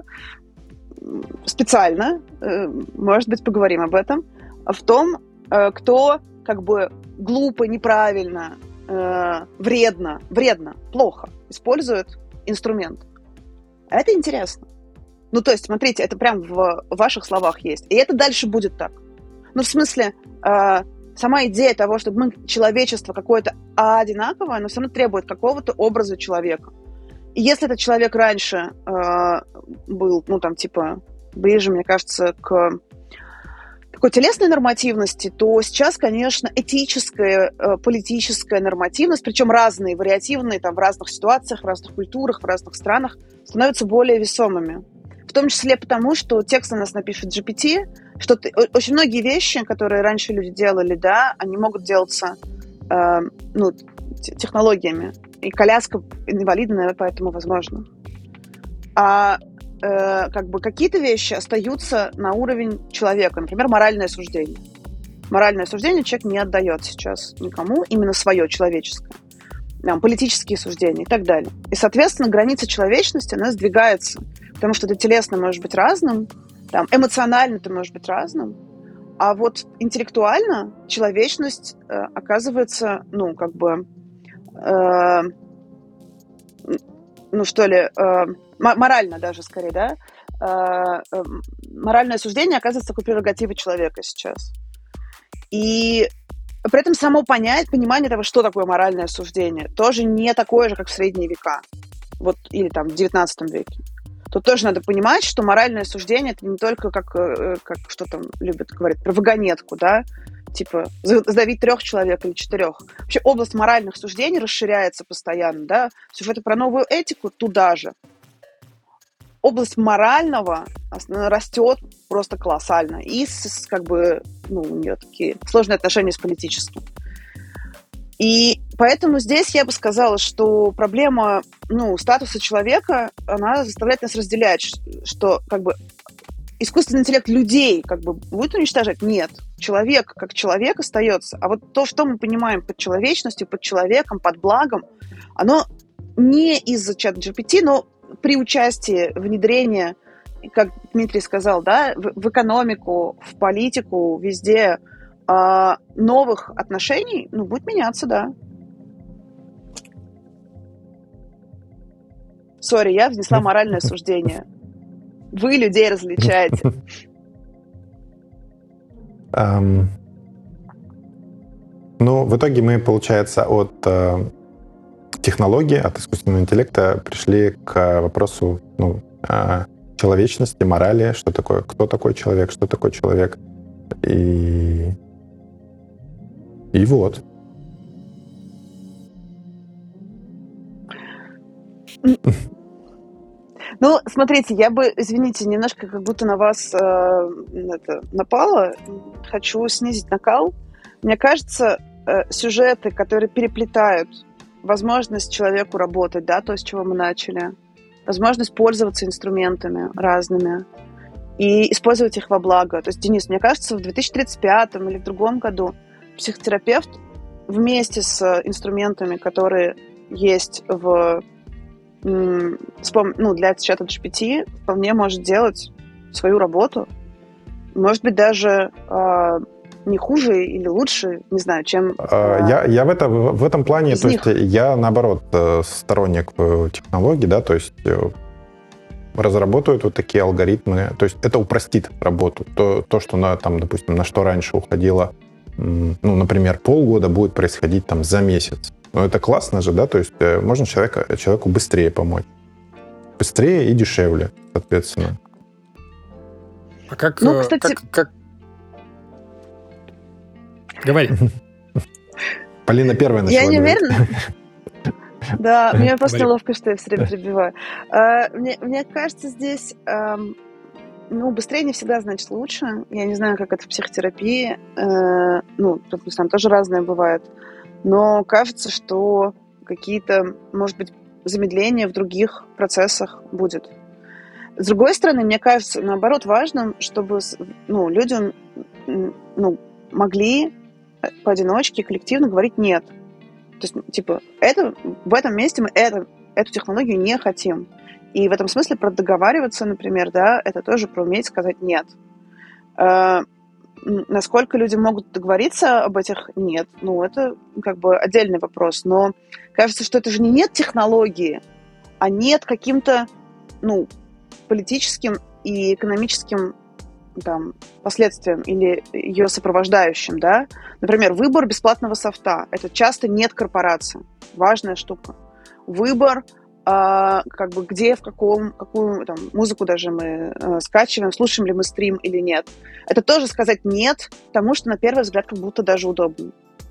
S3: специально, может быть, поговорим об этом, в том, кто как бы глупо, неправильно, вредно, плохо использует инструмент. А это интересно. То есть, смотрите, это прям в ваших словах есть. И это дальше будет так. В смысле, сама идея того, чтобы человечество какое-то одинаковое, но все равно требует какого-то образа человека. И если этот человек раньше был, ближе, мне кажется, к такой телесной нормативности, то сейчас, конечно, этическая, политическая нормативность, причем разные, вариативные, в разных ситуациях, в разных культурах, в разных странах, становятся более весомыми. В том числе потому, что текст у нас напишет GPT, что очень многие вещи, которые раньше люди делали, да, они могут делаться технологиями. И коляска инвалидная, поэтому возможно. А какие-то вещи остаются на уровень человека. Например, моральное суждение. Моральное суждение человек не отдает сейчас никому, именно свое человеческое. Политические суждения и так далее. И, соответственно, граница человечности, она сдвигается. Потому что это телесно может быть разным, эмоционально это может быть разным, а вот интеллектуально человечность оказывается, морально даже скорее, да, моральное суждение оказывается такой прерогативой человека сейчас. И при этом само понимание того, что такое моральное суждение, тоже не такое же, как в средние века, или в 19 веке. Тут тоже надо понимать, что моральное суждение это не только как что там любят говорить про вагонетку, да, типа задавить 3 человек или 4. Вообще область моральных суждений расширяется постоянно, да. Сюжеты про новую этику туда же. Область морального растет просто колоссально. И у нее такие сложные отношения с политическим. И поэтому здесь я бы сказала, что проблема статуса человека, она заставляет нас разделять, что искусственный интеллект людей будет уничтожать? Нет. Человек как человек остается. А вот то, что мы понимаем под человечностью, под человеком, под благом, оно не из-за чата GPT, но при участии внедрения, как Дмитрий сказал, да, в экономику, в политику, везде новых отношений, будет меняться, да. Сори, я внесла моральное суждение. Вы людей различаете.
S2: В итоге мы, получается, от технологии, от искусственного интеллекта пришли к вопросу человечности, морали, что такое, кто такой человек, что такое человек. И вот.
S3: Ну, смотрите, я бы, извините, немножко как будто на вас напала. Хочу снизить накал. Мне кажется, сюжеты, которые переплетают возможность человеку работать, да, то, с чего мы начали, возможность пользоваться инструментами разными и использовать их во благо. То есть, Денис, мне кажется, в 2035 или в другом году психотерапевт вместе с инструментами, которые есть для чата GPT, вполне может делать свою работу. Может быть, даже не хуже или лучше, не знаю, чем...
S2: Я в этом плане, то есть я, наоборот, сторонник технологий, да, то есть разработают вот такие алгоритмы, то есть это упростит работу. То что, допустим, на что раньше уходило, например, полгода, будет происходить там за месяц. Но это классно же, да, то есть можно человеку быстрее помочь. Быстрее и дешевле, соответственно.
S1: А как...
S3: кстати...
S1: как... Говори.
S2: Полина первая начала.
S3: Я не уверена. Да, мне просто неловко, что я все время перебиваю. Мне кажется, здесь... быстрее не всегда значит лучше. Я не знаю, как это в психотерапии. Там тоже разное бывает. Но кажется, что какие-то, может быть, замедления в других процессах будет. С другой стороны, мне кажется, наоборот, важным, чтобы людям могли поодиночке, коллективно говорить «нет». То есть, в этом месте мы эту технологию не хотим. И в этом смысле про договариваться, например, да, это тоже про уметь сказать «нет». Насколько люди могут договориться об этих «нет», это как бы отдельный вопрос. Но кажется, что это же не «нет» технологии, а «нет» каким-то, политическим и экономическим последствиям или ее сопровождающим, да. Например, выбор бесплатного софта. Это часто «нет» корпорации. Важная штука. Выбор где, какую музыку даже мы скачиваем, слушаем ли мы стрим или нет. Это тоже сказать «нет» тому, что на первый взгляд как будто даже удобно.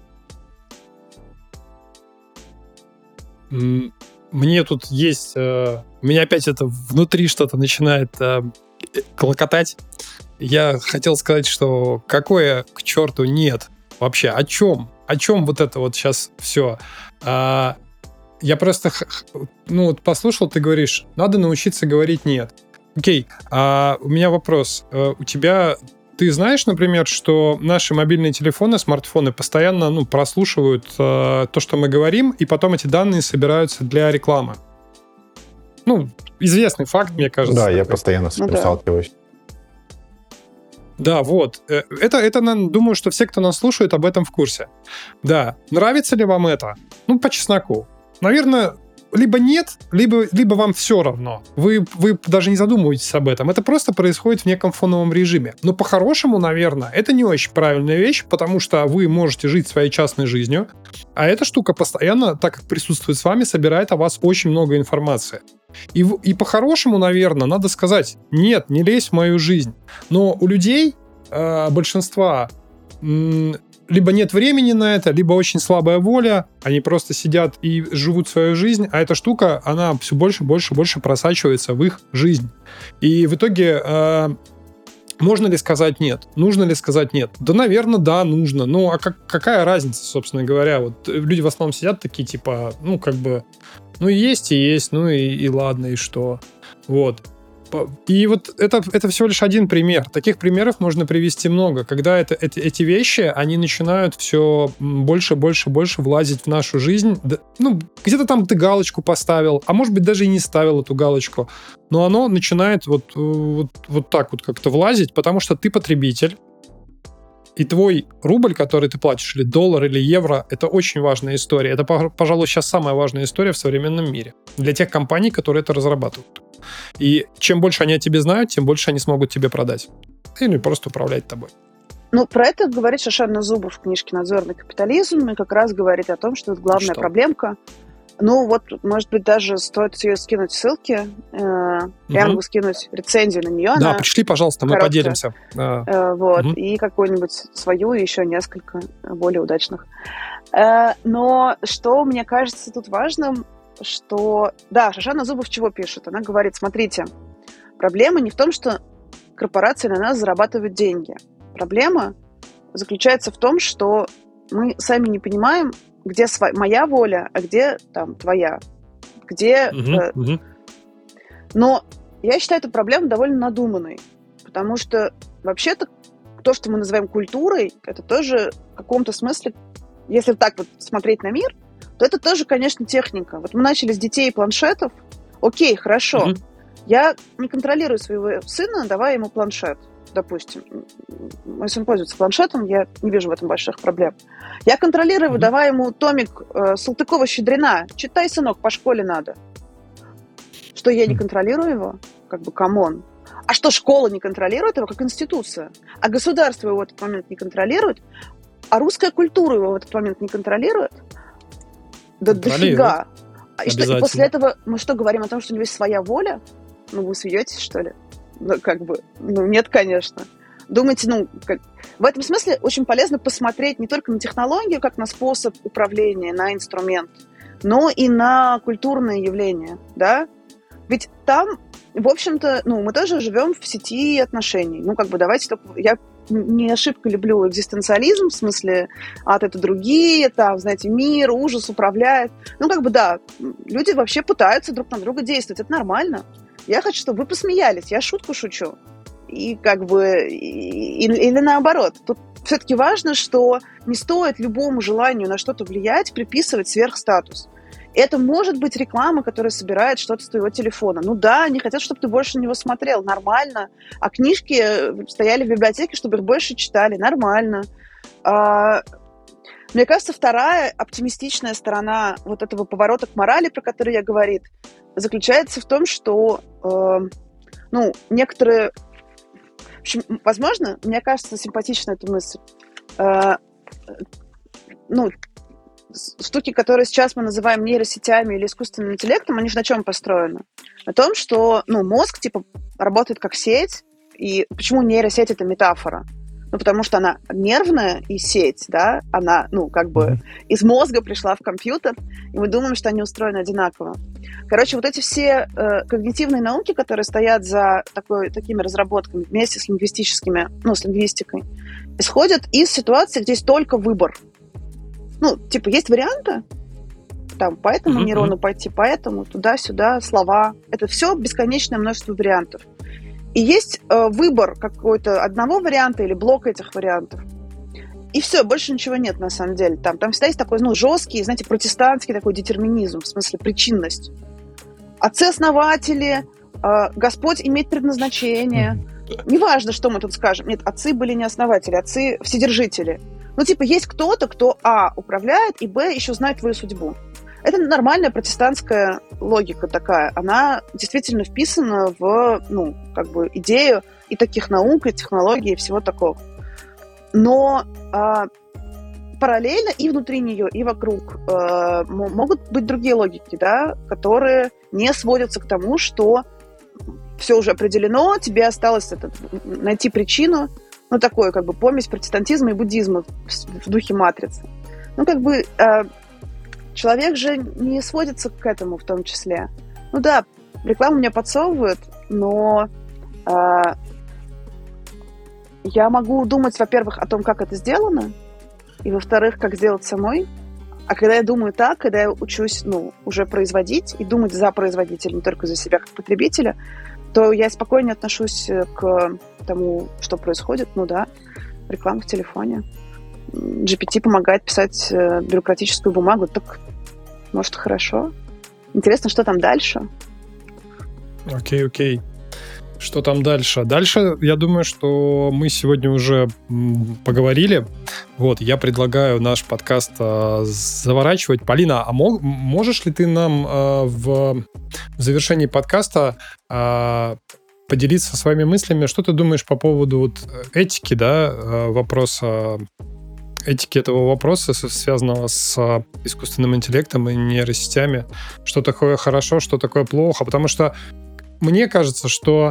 S1: Мне тут есть... У меня опять это внутри что-то начинает клокотать. Я хотел сказать, что какое к черту «нет» вообще? О чем? О чем вот это вот сейчас все? Я просто, послушал, ты говоришь, надо научиться говорить «нет». Окей, у меня вопрос. Ты знаешь, например, что наши мобильные телефоны, смартфоны постоянно, прослушивают то, что мы говорим, и потом эти данные собираются для рекламы? Известный факт, мне кажется.
S2: Да, я постоянно с этим сталкиваюсь.
S1: Да, вот. Это, думаю, что все, кто нас слушает, об этом в курсе. Да. Нравится ли вам это? По чесноку. Наверное, либо нет, либо вам все равно. Вы даже не задумываетесь об этом. Это просто происходит в неком фоновом режиме. Но по-хорошему, наверное, это не очень правильная вещь, потому что вы можете жить своей частной жизнью, а эта штука постоянно, так как присутствует с вами, собирает о вас очень много информации. И по-хорошему, наверное, надо сказать: нет, не лезь в мою жизнь. Но у людей, большинства, либо нет времени на это, либо очень слабая воля, они просто сидят и живут свою жизнь, а эта штука, она все больше, больше, больше просачивается в их жизнь. И в итоге можно ли сказать нет? Нужно ли сказать нет? Да, наверное, да, нужно. Какая разница, собственно говоря? Вот люди в основном сидят такие, есть и есть, и ладно, и что? Вот. И вот это всего лишь один пример. Таких примеров можно привести много, когда эти вещи, они начинают все больше, больше, больше влазить в нашу жизнь. Где-то там ты галочку поставил, а может быть даже и не ставил эту галочку, но оно начинает вот так вот как-то влазить, потому что ты потребитель, и твой рубль, который ты платишь, или доллар, или евро, это очень важная история. Это, пожалуй, сейчас самая важная история в современном мире для тех компаний, которые это разрабатывают. И чем больше они о тебе знают, тем больше они смогут тебе продать. Или просто управлять тобой.
S3: Про это говорит Шошенна Зубов в книжке «Надзорный капитализм», и как раз говорит о том, что это главная проблемка Ну, вот, может быть, даже стоит ее скинуть ссылки. Я могу скинуть рецензию на нее.
S1: Да, пришли, пожалуйста, мы
S3: короткая.
S1: Поделимся.
S3: Вот, и какую-нибудь свою, и еще несколько более удачных. Но что мне кажется тут важным, что... Да, Шошана Зубов чего пишет? Она говорит, смотрите, проблема не в том, что корпорации на нас зарабатывают деньги. Проблема заключается в том, что мы сами не понимаем, где моя воля, а где там твоя. Где... Но я считаю эту проблему довольно надуманной, потому что вообще-то то, что мы называем культурой, это тоже в каком-то смысле, если так вот смотреть на мир, то это тоже, конечно, техника. Вот мы начали с детей и планшетов. Окей, хорошо. Я не контролирую своего сына, давая ему планшет, допустим. Мой сын пользуется планшетом, я не вижу в этом больших проблем. Я контролирую, давая ему томик Салтыкова-Щедрина. Читай, сынок, по школе надо. Что я не контролирую его? Как бы, камон. А что, школа не контролирует его как институция? А государство его в этот момент не контролирует? А русская культура его в этот момент не контролирует? Да дофига. И после этого мы что, говорим о том, что у него есть своя воля? Ну, вы смеетесь, что ли? Ну, как бы, нет, конечно. Думайте, в этом смысле очень полезно посмотреть не только на технологию, как на способ управления, на инструмент, но и на культурные явления, да? Ведь там, в общем-то, мы тоже живем в сети отношений. Давайте только... Я не ошибка люблю экзистенциализм, в смысле, это другие, там, знаете, мир, ужас управляет. Да, люди вообще пытаются друг на друга действовать, это нормально. Я хочу, чтобы вы посмеялись, я шутку шучу. Или наоборот. Тут все-таки важно, что не стоит любому желанию на что-то влиять приписывать сверхстатус. Это может быть реклама, которая собирает что-то с твоего телефона. Да, они хотят, чтобы ты больше на него смотрел. Нормально. А книжки стояли в библиотеке, чтобы их больше читали. Нормально. Мне кажется, вторая оптимистичная сторона вот этого поворота к морали, про который я говорю, заключается в том, что некоторые... В общем, возможно, мне кажется, симпатична эта мысль. Штуки, которые сейчас мы называем нейросетями или искусственным интеллектом, они же на чем построены? На том, что мозг работает как сеть. И почему нейросеть — это метафора? Потому что она нервная и сеть, да, она, из мозга пришла в компьютер, и мы думаем, что они устроены одинаково. Короче, вот эти все когнитивные науки, которые стоят за такими разработками вместе с лингвистическими, с лингвистикой, исходят из ситуации, где есть только выбор. Есть варианты, там, по этому нейрону пойти, поэтому, туда-сюда, слова. Это все бесконечное множество вариантов. И есть выбор какой-то одного варианта или блок этих вариантов. И все, больше ничего нет на самом деле. Там всегда есть такой, жесткий, знаете, протестантский такой детерминизм, в смысле причинность. Отцы-основатели, Господь имеет предназначение. Неважно, что мы тут скажем. Нет, отцы были не основатели, отцы вседержители. Есть кто-то, кто, управляет, и, еще знает твою судьбу. Это нормальная протестантская логика такая. Она действительно вписана в, идею и таких наук, и технологий, и всего такого. Но параллельно и внутри нее, и вокруг могут быть другие логики, да, которые не сводятся к тому, что все уже определено, тебе осталось найти причину, такое, помесь протестантизма и буддизма в духе матрицы. Человек же не сводится к этому в том числе. Да, рекламу мне подсовывают, но я могу думать, во-первых, о том, как это сделано, и, во-вторых, как сделать самой. А когда я думаю так, когда я учусь, уже производить и думать за производителя, не только за себя как потребителя, то я спокойнее отношусь к тому, что происходит. Реклама в телефоне. GPT помогает писать бюрократическую бумагу. Так, может, хорошо. Интересно, что там дальше?
S1: Окей. Что там дальше? Дальше, я думаю, что мы сегодня уже поговорили. Я предлагаю наш подкаст заворачивать. Полина, а можешь ли ты нам в завершении подкаста поделиться своими мыслями? Что ты думаешь по поводу этики, да, вопроса этики этого вопроса, связанного с искусственным интеллектом и нейросетями. Что такое хорошо, что такое плохо. Потому что мне кажется, что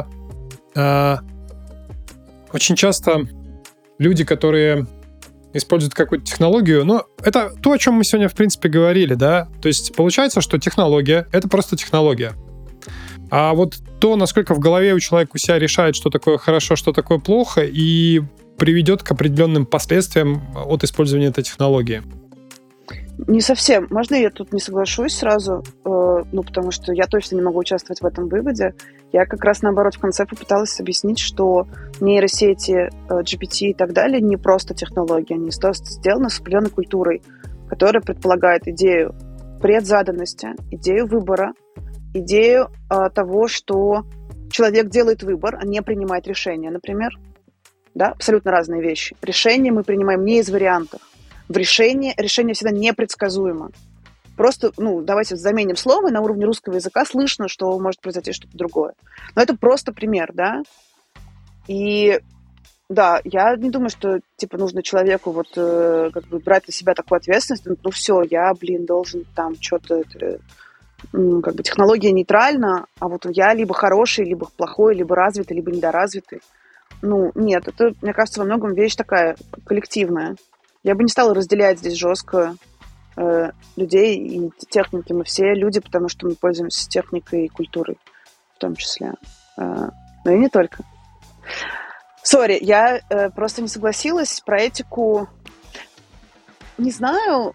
S1: очень часто люди, которые используют какую-то технологию, но это то, о чем мы сегодня, в принципе, говорили, да? То есть получается, что технология — это просто технология. А вот то, насколько в голове у человека у себя решает, что такое хорошо, что такое плохо, и приведет к определенным последствиям от использования этой технологии.
S3: Не совсем. Можно я тут не соглашусь сразу? Потому что я точно не могу участвовать в этом выводе. Я как раз, наоборот, в конце попыталась объяснить, что нейросети, GPT и так далее не просто технологии. Они сделаны с определенной культурой, которая предполагает идею предзаданности, идею выбора, идею того, что человек делает выбор, а не принимает решение, например. Да? Абсолютно разные вещи. Решение мы принимаем не из вариантов. В решение всегда непредсказуемо. Просто, давайте заменим слово, и на уровне русского языка слышно, что может произойти что-то другое. Но это просто пример, да? И да, я не думаю, что, нужно человеку брать на себя такую ответственность. Все, я, должен там что-то... технология нейтральна, а вот я либо хороший, либо плохой, либо развитый, либо недоразвитый. Нет, это, мне кажется, во многом вещь такая коллективная. Я бы не стала разделять здесь жестко людей и техники. Мы все люди, потому что мы пользуемся техникой и культурой в том числе. Но и не только. Сори, я просто не согласилась про этику. Не знаю.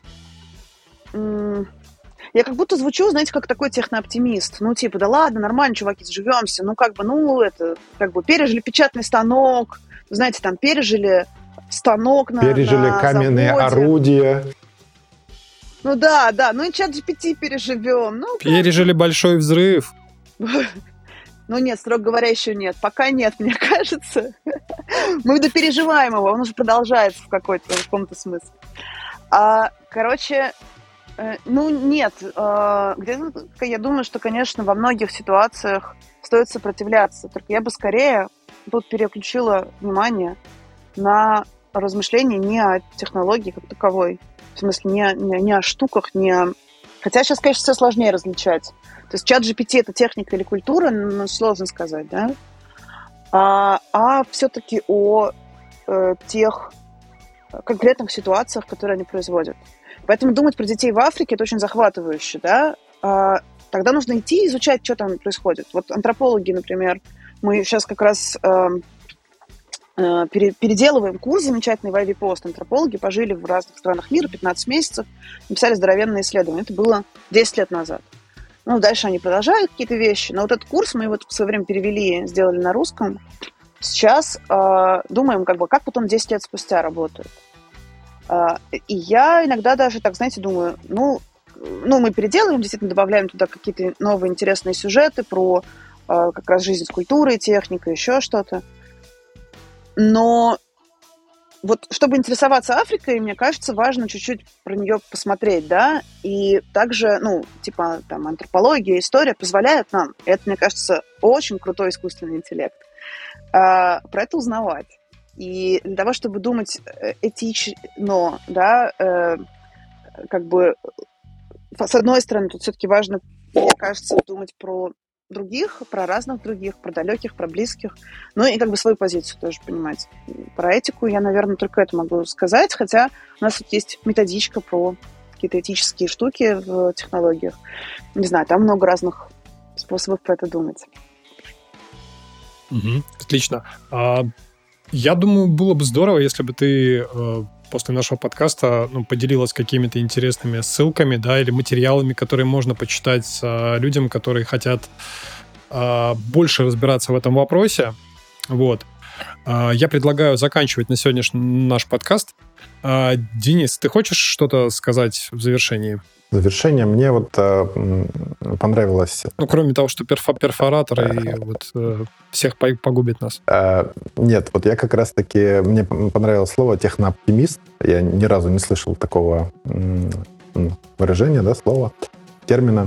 S3: Я как будто звучу, знаете, как такой технооптимист. Да ладно, нормально, чуваки, заживемся. Пережили печатный станок. Знаете, там пережили станок на
S2: пережили каменные
S3: заводе.
S2: Орудия.
S3: И чат GPT переживем.
S1: Пережили большой взрыв.
S3: Нет, строго говоря, еще нет. Пока нет, мне кажется. Мы допереживаем его, он уже продолжается в каком-то смысле. Нет. Где-то я думаю, что, конечно, во многих ситуациях стоит сопротивляться. Только я бы скорее тут переключила внимание на размышления не о технологии как таковой. В смысле, не о штуках, не о... Хотя сейчас, конечно, все сложнее различать. То есть чат GPT — это техника или культура, сложно сказать, да? А все-таки о тех конкретных ситуациях, которые они производят. Поэтому думать про детей в Африке — это очень захватывающе, да? Тогда нужно идти и изучать, что там происходит. Вот антропологи, например, мы сейчас как раз переделываем курс замечательный в Ivy Post. Антропологи пожили в разных странах мира 15 месяцев, написали здоровенные исследования. Это было 10 лет назад. Дальше они продолжают какие-то вещи. Но вот этот курс мы в свое время перевели, сделали на русском. Сейчас думаем, как потом 10 лет спустя работает. И я иногда даже так, знаете, думаю, мы переделываем, действительно добавляем туда какие-то новые интересные сюжеты про как раз жизнь с культурой, техникой, еще что-то. Но вот чтобы интересоваться Африкой, мне кажется, важно чуть-чуть про нее посмотреть, да, и также, антропология, история позволяют нам, это, мне кажется, очень крутой искусственный интеллект, про это узнавать. И для того, чтобы думать этично, да, с одной стороны, тут все-таки важно, мне кажется, думать про других, про разных других, про далеких, про близких, и свою позицию тоже понимать. Про этику я, наверное, только это могу сказать, хотя у нас тут есть методичка про какие-то этические штуки в технологиях. Не знаю, там много разных способов про это думать.
S1: Отлично. Я думаю, было бы здорово, если бы ты после нашего подкаста поделилась какими-то интересными ссылками, да, или материалами, которые можно почитать людям, которые хотят больше разбираться в этом вопросе. Вот. Я предлагаю заканчивать на сегодняшний наш подкаст. Денис, ты хочешь что-то сказать в завершении?
S2: В завершение мне понравилось...
S1: кроме того, что перфоратор и всех погубит нас.
S2: Нет, я как раз-таки... Мне понравилось слово технооптимист. Я ни разу не слышал такого выражения, да, слова, термина.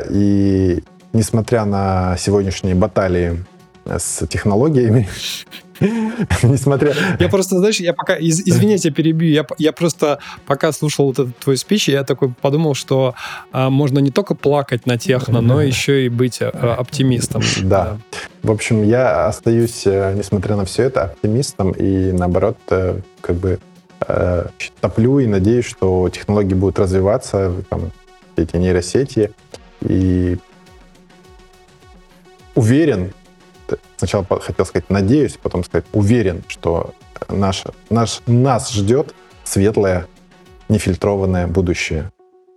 S2: И несмотря на сегодняшние баталии с технологиями, Несмотря...
S1: Я просто, знаешь, я пока... Извини, я тебя перебью. Я просто пока слушал вот этот твой спич, я такой подумал, что можно не только плакать на техно, но еще и быть оптимистом.
S2: Да. В общем, я остаюсь, несмотря на все это, оптимистом и, наоборот, как бы топлю и надеюсь, что технологии будут развиваться, там, эти нейросети, и уверен, сначала хотел сказать надеюсь, потом сказать уверен, что нас ждет светлое, нефильтрованное будущее.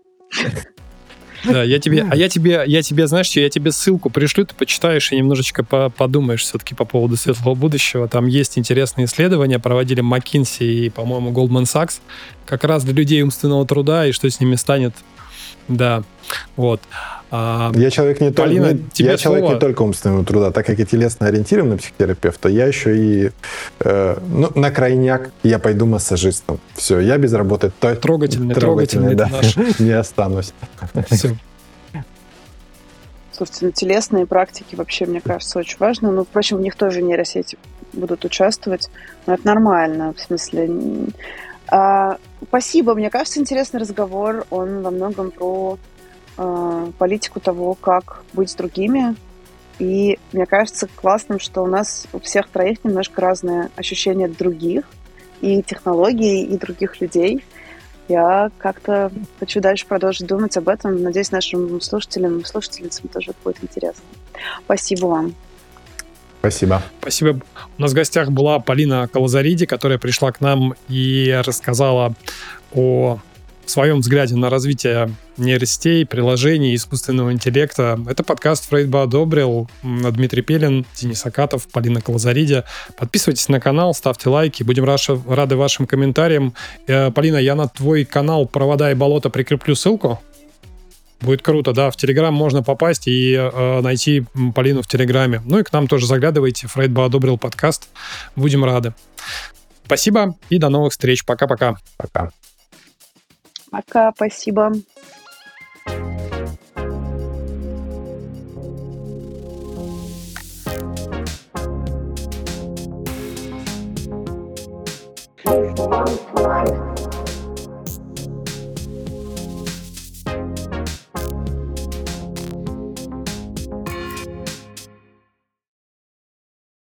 S1: Да, я тебе, знаешь что, я тебе ссылку пришлю, ты почитаешь и немножечко подумаешь все-таки по поводу светлого будущего. Там есть интересные исследования, проводили McKinsey и, по-моему, Goldman Sachs, как раз для людей умственного труда и что с ними станет. Да, вот.
S2: Я человек не только умственного труда, так как я телесно-ориентированный психотерапевт, то я еще и на крайняк я пойду массажистом. Все, я без работы трогательный да, не останусь. Все.
S3: Слушайте, телесные практики вообще, мне кажется, очень важно. Ну, впрочем, в них тоже нейросети будут участвовать. Но это нормально, в смысле... Спасибо. Мне кажется, интересный разговор. Он во многом про политику того, как быть с другими. И мне кажется классным, что у нас у всех троих немножко разные ощущения других, и технологий, и других людей. Я как-то хочу дальше продолжить думать об этом. Надеюсь, нашим слушателям и слушательницам тоже будет интересно. Спасибо вам.
S2: Спасибо.
S1: Спасибо. У нас в гостях была Полина Колозариди, которая пришла к нам и рассказала о своем взгляде на развитие нейросетей, приложений, искусственного интеллекта. Это подкаст «Фрейд бы одобрил». Дмитрий Пелин, Денис Акатов, Полина Колозариди. Подписывайтесь на канал, ставьте лайки. Будем рады вашим комментариям. Полина, я на твой канал «Провода и болото» прикреплю ссылку. Будет круто, да. В Телеграм можно попасть и найти Полину в Телеграме. Ну и к нам тоже заглядывайте. Фрейд бы одобрил подкаст. Будем рады. Спасибо и до новых встреч. Пока-пока.
S2: Пока.
S3: Пока, спасибо.
S4: Life